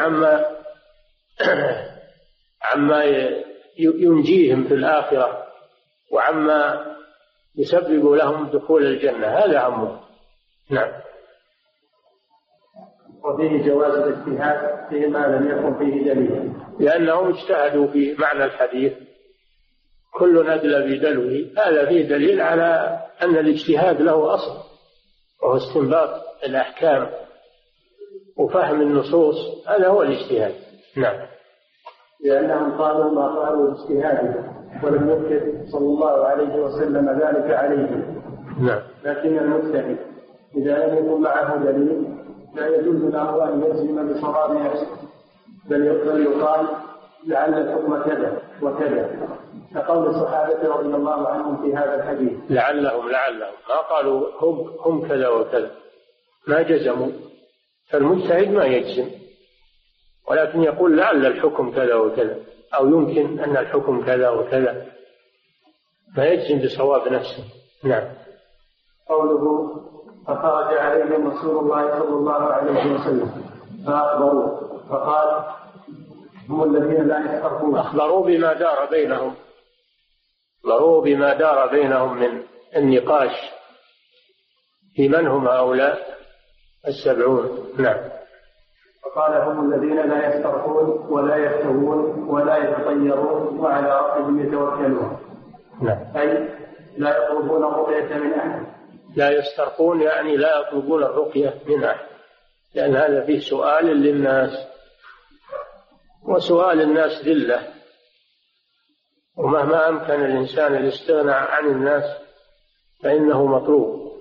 عما ينجيهم في الآخرة وعما يسبب لهم دخول الجنة، هذا همهم. نعم. وفيه جواز الاجتهاد فيما لم يكن فيه دليل، لأنهم اجتهدوا في معنى الحديث كل ندل بدلوه، هذا فيه دليل على أن الاجتهاد له أصل وهو استنباط الأحكام وفهم النصوص، هذا هو الاجتهاد. نعم. لأنهم قالوا ما قالوا اجتهادا ولم يذكر صلى الله عليه وسلم ذلك عليه. نعم. لكن المجتهد إذا لم يكن معه دليل لا يجوز له أن يجزم بصواب نفسه، بل يقال لعل الحكم كذا وكذا، كقول الصحابة رضي الله عنهم في هذا الحديث. لعلهم ما قالوا هم كذا وكذا، ما جزموا. فالمجتهد ما يجزم، ولكن يقول لعل الحكم كذا وكذا، أو يمكن أن الحكم كذا وكذا، ما يجزم بصواب نفسه. نعم. قوله فخرج عليهم رسول الله صلى الله عليه وسلم فأخبروه فقال هم الذين لا يسترقون. أخبروا بما دار بينهم من النقاش في من هم هؤلاء 70. نعم. فقال هم الذين لا يسترقون ولا يكتوون ولا يتطيرون وعلى ربهم يتوكلون. نعم. أي لا يطلبون الرقية من أحد. لا يسترقون يعني لا يطلبون الرقية من أحد، لأن هذا فيه سؤال للناس، وسؤال الناس ذلة، ومهما أمكن الإنسان الاستغناء عن الناس فإنه مطلوب.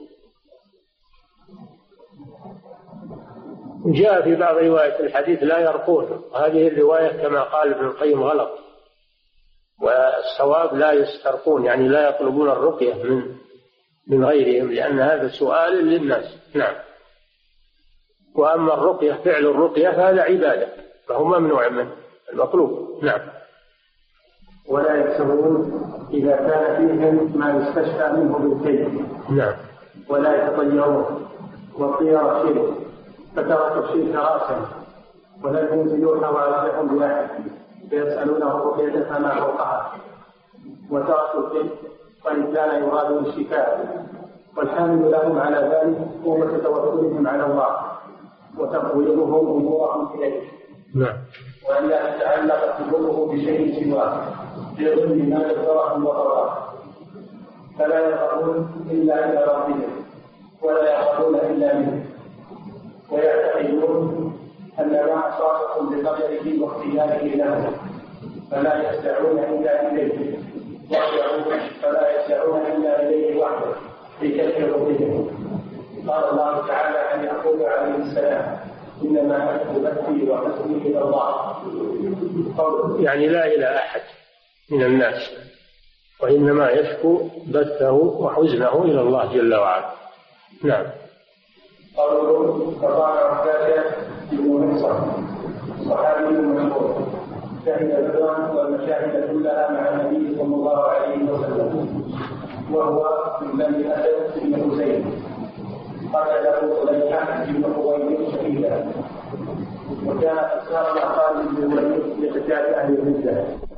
جاء في بعض رواية الحديث لا يرقون، وهذه الرواية كما قال ابن القيم غلط، والصواب لا يسترقون يعني لا يطلبون الرقية من غيرهم، لأن هذا سؤال للناس. نعم. وأما الرقية فعل الرقية فهذا عبادة، فهو ممنوع منه، المطلوب. نعم. ولا يكسرون إذا كان فيهم ما يستشفى منه بالكيد. نعم. ولا يتطيرون، والطيرة شرك، فتركوا الشرك رأسا ولم ينزلوا حواليهم بأحد فيسألونه الرقية فما فوقها، وتركوا الشرك وإن كان يراد الشفاء، والحامل لهم على ذلك قوة توكلهم على الله وتفويضهم أمورهم إليه. نعم. وأن لا تتعلق قلوبه بشيء سواه لظلم ما ذكره وقراه، فلا يرغبون إلا إلى ربهم ولا يرغبون إلا منه، ويعتقدون أن ما أصابهم بقدره واختياره له فلا يسعون إلا إليه فلا يسعون إلا إليه وحده لكثر بهم. قال الله تعالى عن يعقوب عليه السلام: إنما أشكو بثي وحزني إلى الله. يعني لا إلى أحد من الناس، وإنما يشكو بثه وحزنه إلى الله جل وعلا. نعم. قوله فقال عبادة بن مصر صحابي مشهور شهد بدرا والمشاهد كلها مع النبي صلى الله عليه وسلم، وهو من بني أسد بن حسين، قتله طليحة بن خويلد شهيدا، وكان أكثر ما قال بن وليد لقتال أهل الردة.